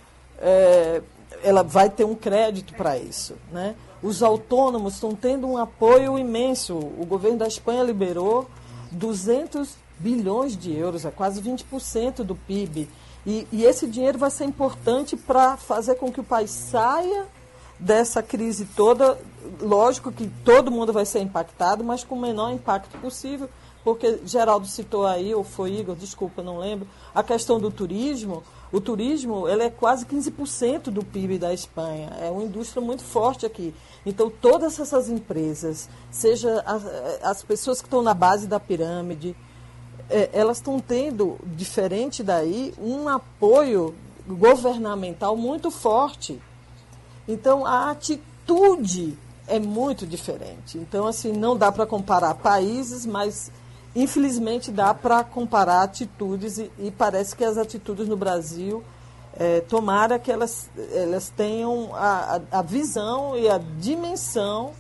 ela vai ter um crédito para isso, né? Os autônomos estão tendo um apoio imenso. O governo da Espanha liberou 200 bilhões de euros, é quase 20% do PIB. E esse dinheiro vai ser importante para fazer com que o país saia dessa crise toda. Lógico que todo mundo vai ser impactado, mas com o menor impacto possível, porque Geraldo citou aí, ou foi Igor, desculpa, não lembro, a questão do turismo. O turismo, ele é quase 15% do PIB da Espanha. É uma indústria muito forte aqui. Então, todas essas empresas, seja as pessoas que estão na base da pirâmide, elas estão tendo, diferente daí, um apoio governamental muito forte. Então, a atitude é muito diferente. Então, assim, não dá para comparar países, mas, infelizmente, dá para comparar atitudes e parece que as atitudes no Brasil, tomara que elas tenham a visão e a dimensão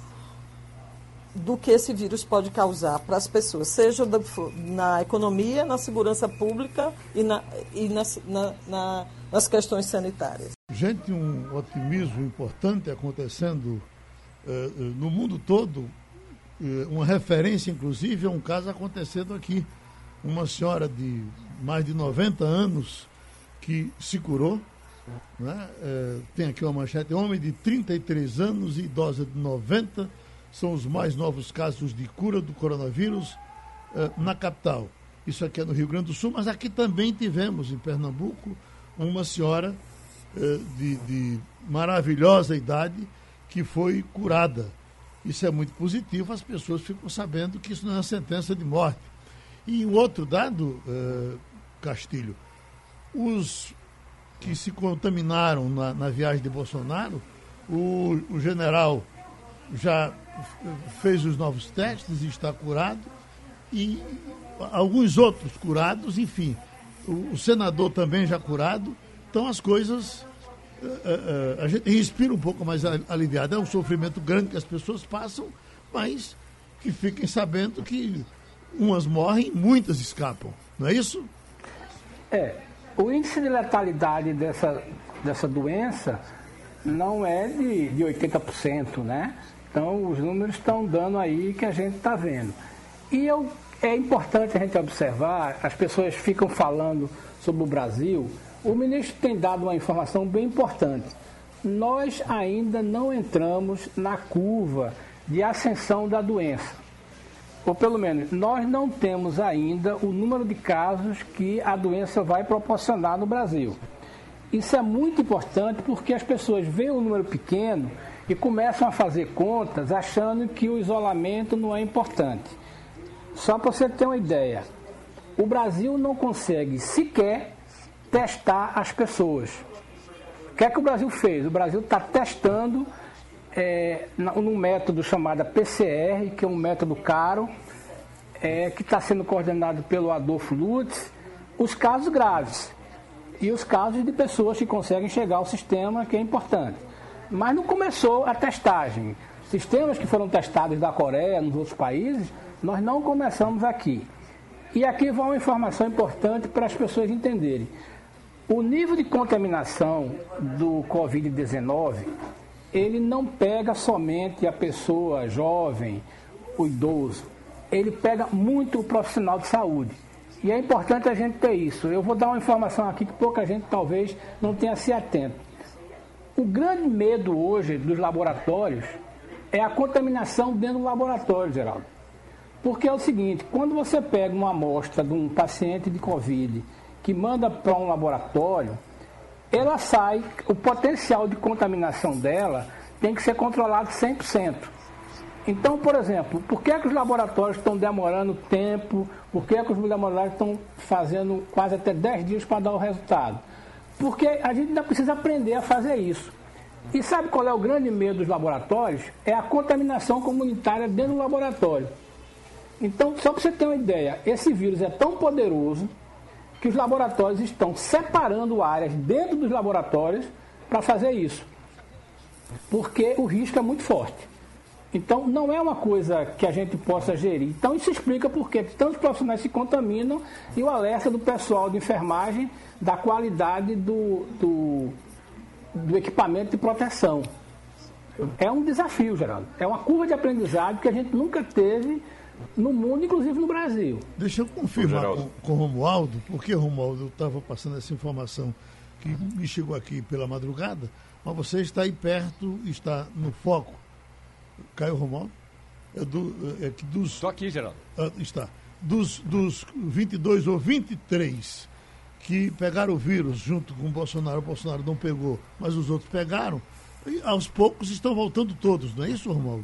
do que esse vírus pode causar para as pessoas, seja na economia, na segurança pública e nas questões sanitárias. Gente, um otimismo importante acontecendo no mundo todo. Uma referência, inclusive, é um caso acontecendo aqui. Uma senhora de mais de 90 anos que se curou, né? Tem aqui uma manchete: homem de 33 anos e idosa de 90 são os mais novos casos de cura do coronavírus na capital. Isso aqui é no Rio Grande do Sul, mas aqui também tivemos, em Pernambuco, uma senhora de maravilhosa idade que foi curada. Isso é muito positivo, as pessoas ficam sabendo que isso não é uma sentença de morte. E o outro dado, Castilho, os que se contaminaram na viagem de Bolsonaro, o general já fez os novos testes e está curado, e alguns outros curados, enfim, o senador também já curado. Então as coisas, a gente respira um pouco mais aliviado. É um sofrimento grande que as pessoas passam, mas que fiquem sabendo que umas morrem, muitas escapam, não é isso? O índice de letalidade dessa doença não é de 80%, né? Então, os números estão dando aí que a gente está vendo. E é importante a gente observar, as pessoas ficam falando sobre o Brasil. O ministro tem dado uma informação bem importante. Nós ainda não entramos na curva de ascensão da doença. Ou pelo menos, nós não temos ainda o número de casos que a doença vai proporcionar no Brasil. Isso é muito importante porque as pessoas veem o número pequeno e começam a fazer contas achando que o isolamento não é importante. Só para você ter uma ideia, o Brasil não consegue sequer testar as pessoas. O que é que o Brasil fez? O Brasil está testando num método chamado PCR, que é um método caro, que está sendo coordenado pelo Adolfo Lutz, os casos graves e os casos de pessoas que conseguem chegar ao sistema, que é importante. Mas não começou a testagem. Sistemas que foram testados da Coreia, nos outros países, nós não começamos aqui. E aqui vai uma informação importante para as pessoas entenderem. O nível de contaminação do Covid-19, ele não pega somente a pessoa jovem, o idoso. Ele pega muito o profissional de saúde. E é importante a gente ter isso. Eu vou dar uma informação aqui que pouca gente talvez não tenha se atento. O grande medo hoje dos laboratórios é a contaminação dentro do laboratório, Geraldo. Porque é o seguinte, quando você pega uma amostra de um paciente de Covid que manda para um laboratório, ela sai, o potencial de contaminação dela tem que ser controlado 100%. Então, por exemplo, por que os laboratórios estão demorando tempo? Por que os laboratórios estão fazendo quase até 10 dias para dar o resultado? Porque a gente ainda precisa aprender a fazer isso. E sabe qual é o grande medo dos laboratórios? É a contaminação comunitária dentro do laboratório. Então, só para você ter uma ideia, esse vírus é tão poderoso que os laboratórios estão separando áreas dentro dos laboratórios para fazer isso. Porque o risco é muito forte. Então, não é uma coisa que a gente possa gerir. Então, isso explica por que tantos profissionais se contaminam e o alerta do pessoal de enfermagem da qualidade do equipamento de proteção. É um desafio, Geraldo. É uma curva de aprendizado que a gente nunca teve no mundo, inclusive no Brasil. Deixa eu confirmar com o Romualdo, porque, Romualdo, eu estava passando essa informação que me chegou aqui pela madrugada, mas você está aí perto, está no foco. Caiu, Romualdo? Estou aqui, Geraldo. Está. Dos 22 ou 23 que pegaram o vírus junto com o Bolsonaro não pegou, mas os outros pegaram, e aos poucos estão voltando todos, não é isso, Romualdo?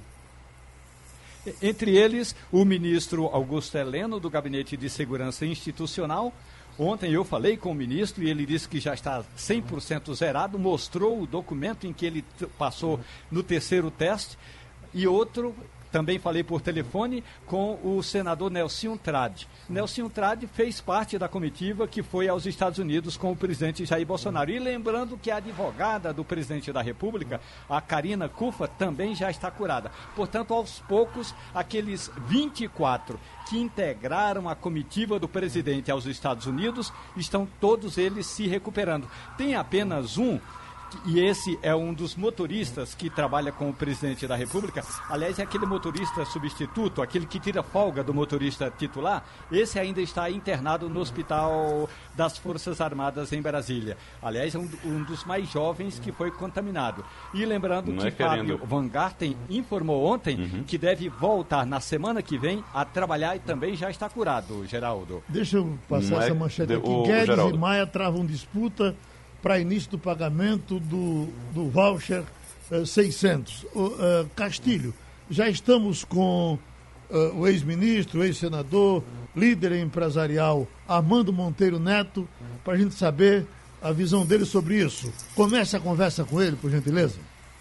Entre eles, o ministro Augusto Heleno, do Gabinete de Segurança Institucional. Ontem eu falei com o ministro e ele disse que já está 100% zerado, mostrou o documento em que ele passou no terceiro teste. E outro, também falei por telefone com o senador Nelsinho Trade. Nelsinho Trade fez parte da comitiva que foi aos Estados Unidos com o presidente Jair Bolsonaro. E lembrando que a advogada do presidente da República, a Karina Cufa, também já está curada. Portanto, aos poucos, aqueles 24 que integraram a comitiva do presidente aos Estados Unidos, estão todos eles se recuperando. Tem apenas um, e esse é um dos motoristas que trabalha com o presidente da República. Aliás, é aquele motorista substituto, aquele que tira folga do motorista titular. Esse ainda está internado no Hospital das Forças Armadas em Brasília. Aliás, é um dos mais jovens que foi contaminado. E lembrando que Fábio Van Garten informou ontem que deve voltar na semana que vem a trabalhar e também já está curado, Geraldo. Deixa eu passar essa manchete aqui. Guedes e Maia travam disputa para início do pagamento do voucher 600. Castilho, já estamos com o ex-ministro, o ex-senador, líder empresarial Armando Monteiro Neto, para a gente saber a visão dele sobre isso. Comece a conversa com ele, por gentileza.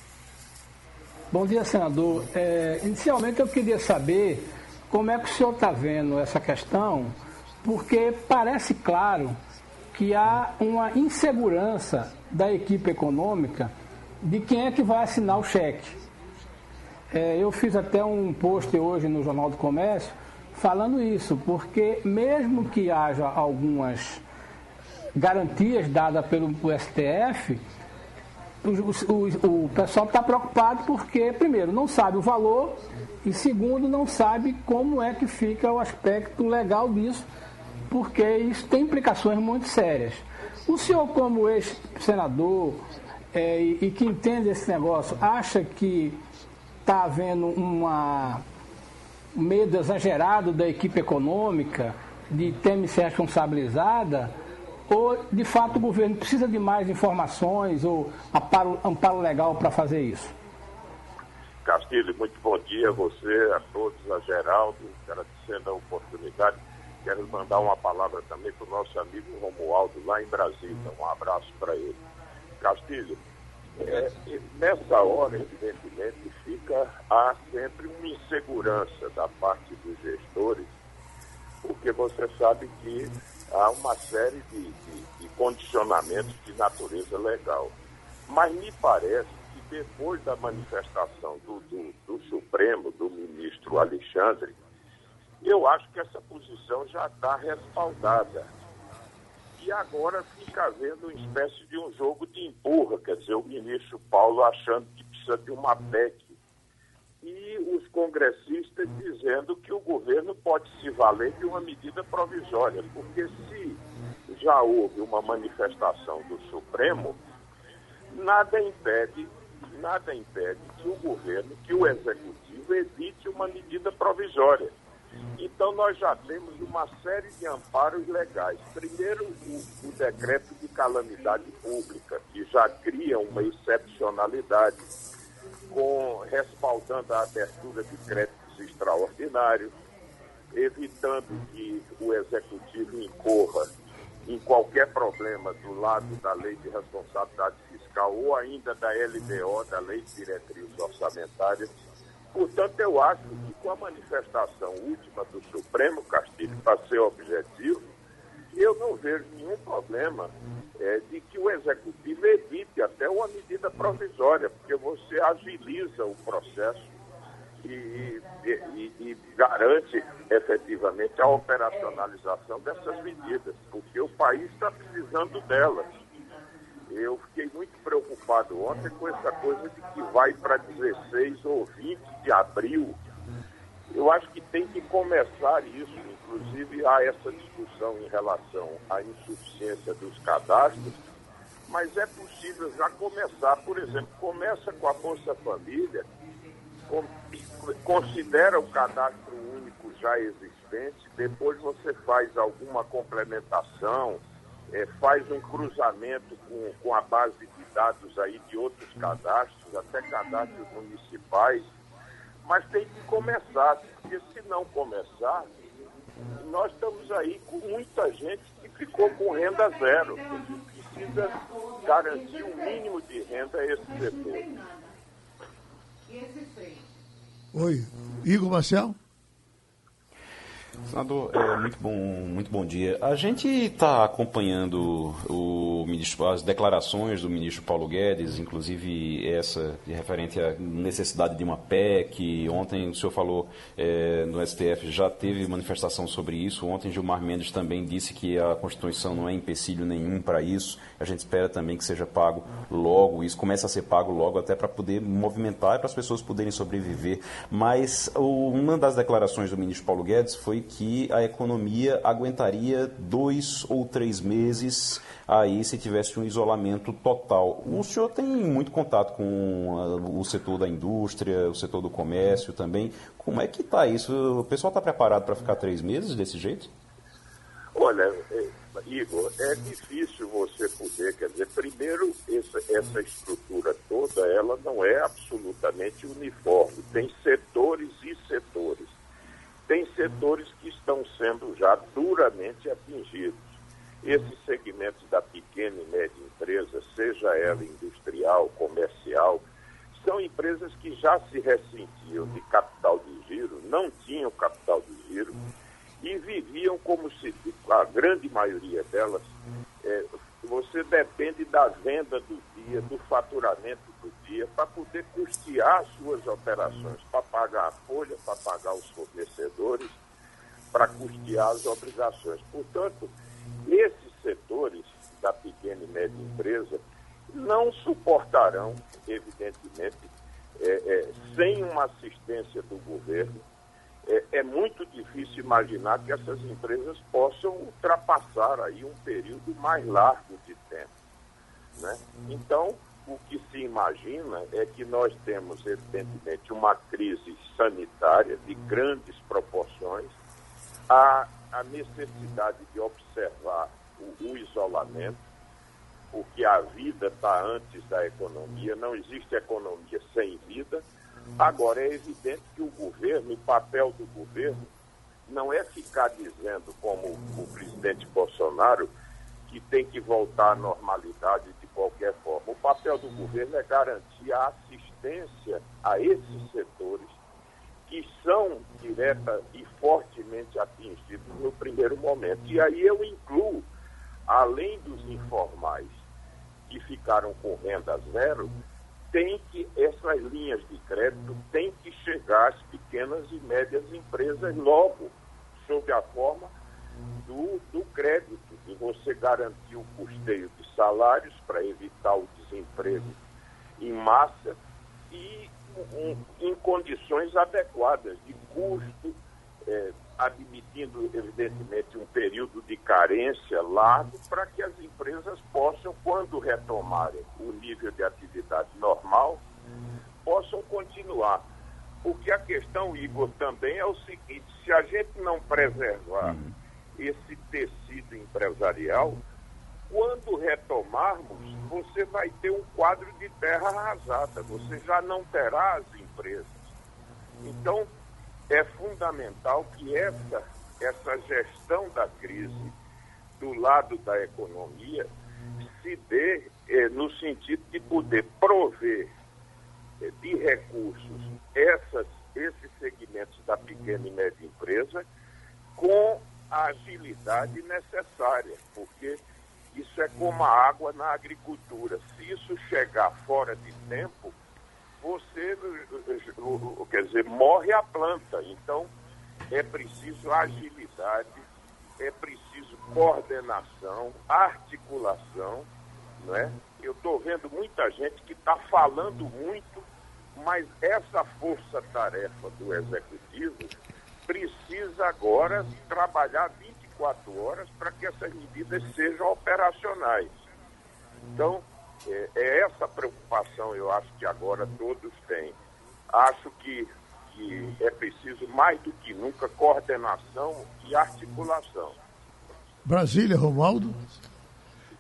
Bom dia, senador. Inicialmente eu queria saber como é que o senhor está vendo essa questão, porque parece claro que há uma insegurança da equipe econômica de quem é que vai assinar o cheque. Eu fiz até um post hoje no Jornal do Comércio falando isso, porque mesmo que haja algumas garantias dadas pelo STF, o pessoal está preocupado porque, primeiro, não sabe o valor e, segundo, não sabe como é que fica o aspecto legal disso, porque isso tem implicações muito sérias. O senhor, como ex-senador e que entende esse negócio, acha que está havendo um medo exagerado da equipe econômica de ter ser responsabilizada, ou de fato o governo precisa de mais informações ou amparo legal para fazer isso? Castilho, muito bom dia a você, a todos, a Geraldo, agradecendo a oportunidade. Quero mandar uma palavra também para o nosso amigo Romualdo, lá em Brasília. Um abraço para ele. Castilho, nessa hora, evidentemente, há sempre uma insegurança da parte dos gestores, porque você sabe que há uma série de condicionamentos de natureza legal. Mas me parece que depois da manifestação do Supremo, do ministro Alexandre, eu acho que essa posição já está respaldada. E agora fica havendo uma espécie de um jogo de empurra, quer dizer, o ministro Paulo achando que precisa de uma PEC e os congressistas dizendo que o governo pode se valer de uma medida provisória, porque se já houve uma manifestação do Supremo, nada impede que o governo, que o executivo evite uma medida provisória. Então, nós já temos uma série de amparos legais. Primeiro, o decreto de calamidade pública, que já cria uma excepcionalidade, respaldando a abertura de créditos extraordinários, evitando que o executivo incorra em qualquer problema do lado da Lei de Responsabilidade Fiscal ou ainda da LDO, da Lei de Diretrizes Orçamentárias. Portanto, eu acho que com a manifestação última do Supremo, Castilho, para ser objetivo, eu não vejo nenhum problema de que o Executivo evite até uma medida provisória, porque você agiliza o processo e garante efetivamente a operacionalização dessas medidas, porque o país está precisando delas. Eu fiquei muito preocupado ontem com essa coisa de que vai para 16 ou 20 de abril. Eu acho que tem que começar isso, inclusive há essa discussão em relação à insuficiência dos cadastros, mas é possível já começar, por exemplo, começa com a Bolsa Família, considera o cadastro único já existente, depois você faz alguma complementação, faz um cruzamento com a base de dados aí de outros cadastros, até cadastros municipais, mas tem que começar, porque se não começar, nós estamos aí com muita gente que ficou com renda zero. A gente precisa garantir um mínimo de renda a esse setor. Oi, Igor Marcel? Senador, muito bom dia. A gente está acompanhando as declarações do ministro Paulo Guedes, inclusive essa referente à necessidade de uma PEC. Ontem o senhor falou no STF, já teve manifestação sobre isso. Ontem Gilmar Mendes também disse que a Constituição não é empecilho nenhum para isso. A gente espera também que seja pago logo, isso comece a ser pago logo, até para poder movimentar e para as pessoas poderem sobreviver. Mas uma das declarações do ministro Paulo Guedes foi que a economia aguentaria 2 ou 3 meses aí se tivesse um isolamento total. O senhor tem muito contato com o setor da indústria, o setor do comércio também. Como é que está isso? O pessoal está preparado para ficar 3 meses desse jeito? Olha, Igor, é difícil você poder, quer dizer, primeiro, essa estrutura toda, ela não é absolutamente uniforme. Tem setores e setores. Tem setores que estão sendo já duramente atingidos. Esses segmentos da pequena e média empresa, seja ela industrial, comercial, são empresas que já se ressentiam de capital de giro, não tinham capital de giro e viviam como se, a grande maioria delas, você depende da venda do dia, do faturamento do dia, para poder custear as suas operações, para pagar a folha, para pagar os fornecedores, para custear as obrigações. Portanto, esses setores da pequena e média empresa não suportarão, evidentemente, sem uma assistência do governo. É muito difícil imaginar que essas empresas possam ultrapassar aí um período mais largo de tempo, né? Então, o que se imagina é que nós temos, evidentemente, uma crise sanitária de grandes proporções, a necessidade de observar o isolamento, porque a vida está antes da economia, não existe economia sem vida. Agora, é evidente que o governo, o papel do governo, não é ficar dizendo, como o presidente Bolsonaro, que tem que voltar à normalidade de qualquer forma. O papel do governo é garantir a assistência a esses setores que são direta e fortemente atingidos no primeiro momento. E aí eu incluo, além dos informais que ficaram com renda zero, essas linhas de crédito têm que chegar às pequenas e médias empresas logo, sob a forma do crédito, de você garantir o custeio de salários para evitar o desemprego em massa e em condições adequadas de custo, admitindo, evidentemente, um período de carência largo para que as empresas possam, quando retomarem o nível de atividade normal, possam continuar. Porque a questão, Igor, também é o seguinte: se a gente não preservar esse tecido empresarial, quando retomarmos, você vai ter um quadro de terra arrasada, você já não terá as empresas. Então, é fundamental que essa gestão da crise do lado da economia se dê no sentido de poder prover de recursos esses segmentos da pequena e média empresa com a agilidade necessária, porque isso é como a água na agricultura. Se isso chegar fora de tempo, você, quer dizer, morre a planta. Então, é preciso agilidade, é preciso coordenação, articulação, não é? Eu estou vendo muita gente que está falando muito, mas essa força-tarefa do Executivo precisa agora trabalhar 24 horas para que essas medidas sejam operacionais. Então, é essa preocupação, eu acho que agora todos têm. Acho que é preciso, mais do que nunca, coordenação e articulação. Brasília, Romualdo.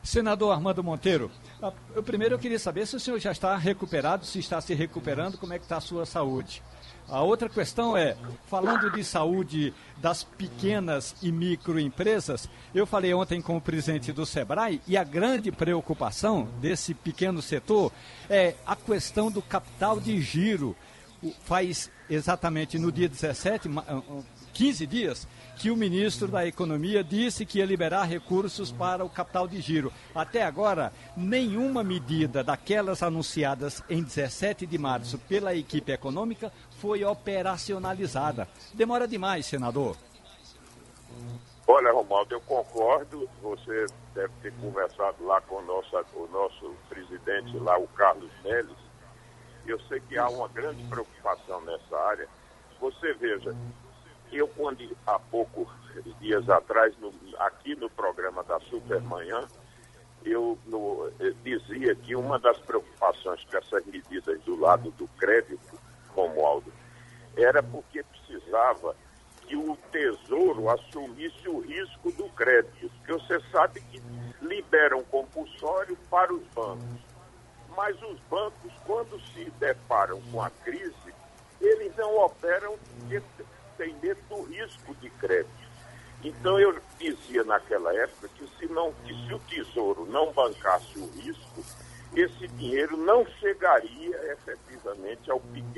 Senador Armando Monteiro, primeiro eu queria saber se o senhor já está recuperado, se está se recuperando, como é que está a sua saúde. A outra questão é, falando de saúde das pequenas e microempresas, eu falei ontem com o presidente do SEBRAE e a grande preocupação desse pequeno setor é a questão do capital de giro. Faz exatamente no dia 17, 15 dias, que o ministro da Economia disse que ia liberar recursos para o capital de giro. Até agora, nenhuma medida daquelas anunciadas em 17 de março pela equipe econômica foi operacionalizada. Demora demais, senador. Olha, Romualdo, eu concordo. Você deve ter conversado lá com o nosso presidente, lá, o Carlos Melles. Eu sei que há uma grande preocupação nessa área. Você veja, eu quando há poucos dias atrás, aqui no programa da Supermanhã, eu dizia que uma das preocupações com essas medidas do lado do crédito, Romualdo, era porque precisava que o Tesouro assumisse o risco do crédito, porque você sabe que liberam compulsório para os bancos. Mas os bancos, quando se deparam com a crise, eles não operam porque tem medo do risco de crédito. Então eu dizia naquela época que se o Tesouro não bancasse o risco, esse dinheiro não chegaria efetivamente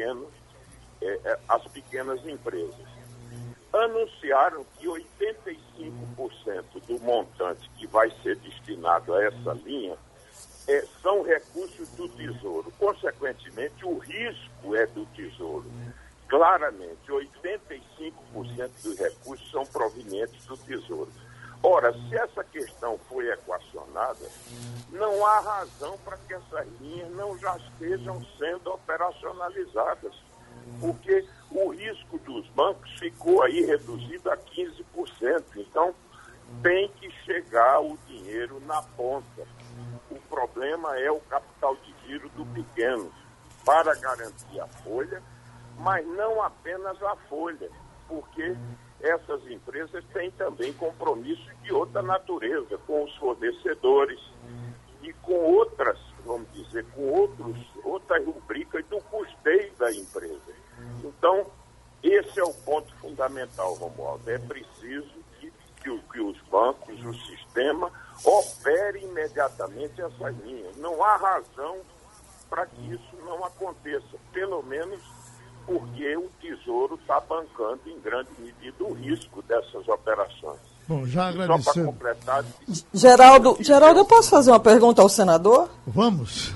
às pequenas empresas. Anunciaram que 85% do montante que vai ser destinado a essa linha são recursos do Tesouro. Consequentemente, o risco é do Tesouro. Claramente, 85% dos recursos são provenientes do Tesouro. Ora, se essa questão foi equacionada, não há razão para que essas linhas não já estejam sendo operacionalizadas, porque o risco dos bancos ficou aí reduzido a 15%. Então, tem que chegar o dinheiro na ponta. O problema é o capital de giro do pequeno, para garantir a folha, mas não apenas a folha, porque essas empresas têm também compromissos de outra natureza, com os fornecedores e com outras, vamos dizer, outras rubricas do custeio da empresa. Então, esse é o ponto fundamental, Romualdo. É preciso que os bancos, o sistema, opere imediatamente essas linhas. Não há razão para que isso não aconteça, pelo menos porque o Tesouro está bancando em grande medida o risco dessas operações. Bom, já agradecendo. Só para completar... Geraldo, eu posso fazer uma pergunta ao senador? Vamos.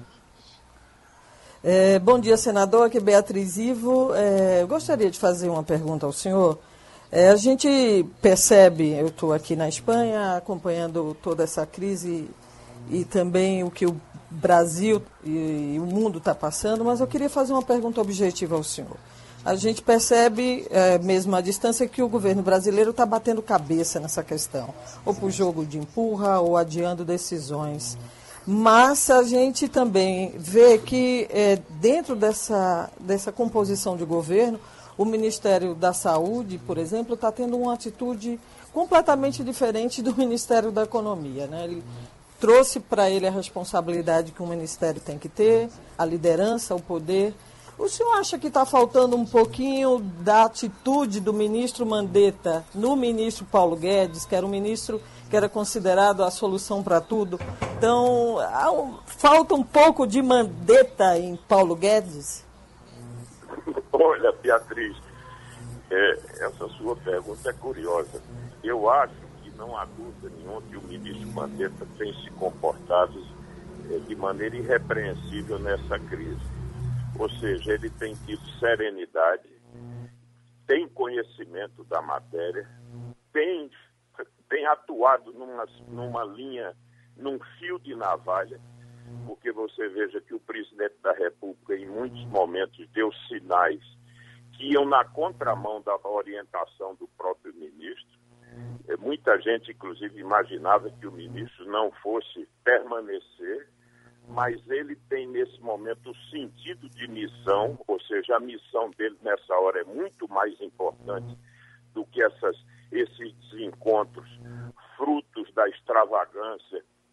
Bom dia, senador. Aqui é Beatriz Ivo. Eu gostaria de fazer uma pergunta ao senhor. A gente percebe, eu estou aqui na Espanha acompanhando toda essa crise e também o que o Brasil e o mundo está passando, mas eu queria fazer uma pergunta objetiva ao senhor. A gente percebe, mesmo à distância, que o governo brasileiro está batendo cabeça nessa questão, ou por jogo de empurra, ou adiando decisões. Mas a gente também vê que, dentro dessa composição de governo, o Ministério da Saúde, por exemplo, está tendo uma atitude completamente diferente do Ministério da Economia, né? Ele trouxe para ele a responsabilidade que o Ministério tem que ter, a liderança, o poder. O senhor acha que está faltando um pouquinho da atitude do ministro Mandetta no ministro Paulo Guedes, que era um ministro que era considerado a solução para tudo? Então, falta um pouco de Mandetta em Paulo Guedes? Olha, Beatriz, essa sua pergunta é curiosa. Eu acho que não há dúvida nenhuma que o ministro Mandetta tem se comportado de maneira irrepreensível nessa crise. Ou seja, ele tem tido serenidade, tem conhecimento da matéria, tem atuado numa linha, num fio de navalha, porque você veja que o presidente da República, em muitos momentos, deu sinais que iam na contramão da orientação do próprio ministro. Muita gente, inclusive, imaginava que o ministro não fosse permanecer, mas ele tem, nesse momento, o sentido de missão, ou seja, a missão dele nessa hora é muito mais importante do que esses encontros frutos da extravagância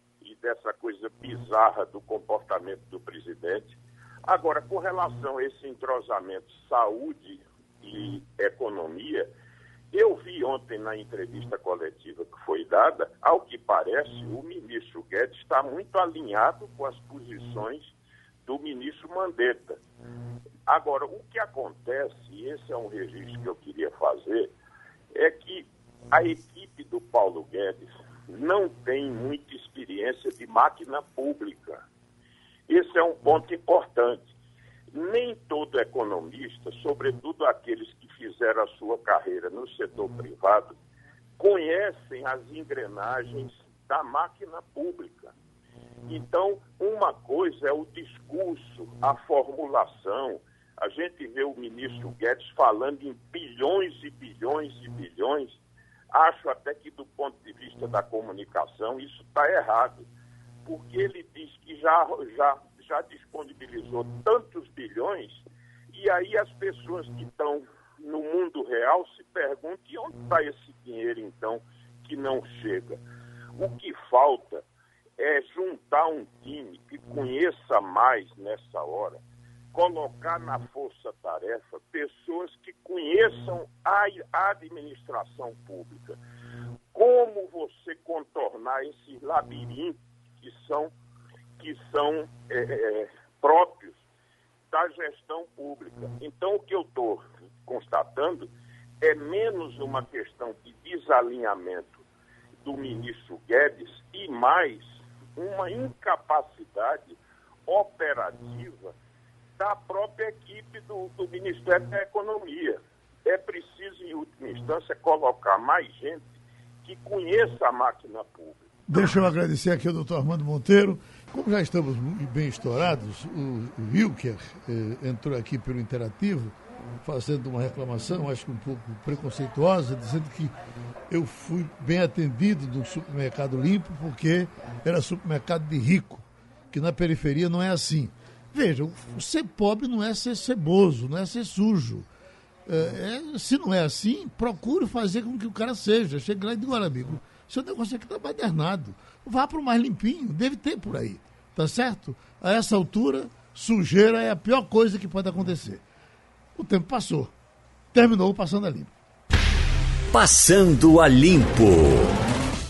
dessa coisa bizarra do comportamento do presidente. Agora, com relação a esse entrosamento saúde e economia, eu vi ontem na entrevista coletiva que foi dada, ao que parece, o ministro Guedes está muito alinhado com as posições do ministro Mandetta. Agora, o que acontece, e esse é um registro que eu queria fazer, é que a equipe do Paulo Guedes não tem muita experiência de máquina pública. Esse é um ponto importante. Nem todo economista, sobretudo aqueles que fizeram a sua carreira no setor privado, conhecem as engrenagens da máquina pública. Então, uma coisa é o discurso, a formulação. A gente vê o ministro Guedes falando em bilhões e bilhões e bilhões. Acho até que, do ponto de vista da comunicação, isso está errado, porque ele diz que já disponibilizou tantos bilhões, e aí as pessoas que estão no mundo real se perguntam: e onde está esse dinheiro, então, que não chega? O que falta é juntar um time que conheça mais nessa hora, colocar na força-tarefa pessoas que conheçam a administração pública. Como você contornar esses labirintos que são próprios da gestão pública. Então, o que eu estou constatando é menos uma questão de desalinhamento do ministro Guedes e mais uma incapacidade operativa da própria equipe do Ministério da Economia. É preciso, em última instância, colocar mais gente que conheça a máquina pública. Deixa eu agradecer aqui ao doutor Armando Monteiro. Como já estamos bem estourados, o Wilker entrou aqui pelo Interativo, fazendo uma reclamação, acho que um pouco preconceituosa, dizendo que eu fui bem atendido no supermercado limpo porque era supermercado de rico, que na periferia não é assim. Veja, ser pobre não é ser ceboso, não é ser sujo. Se não é assim, procure fazer com que o cara seja. Chega lá e diga: olha, amigo, seu negócio aqui está badernado. Vá para o mais limpinho, deve ter por aí. Tá certo? A essa altura, sujeira é a pior coisa que pode acontecer. O tempo passou. Terminou o Passando a Limpo. Passando a Limpo.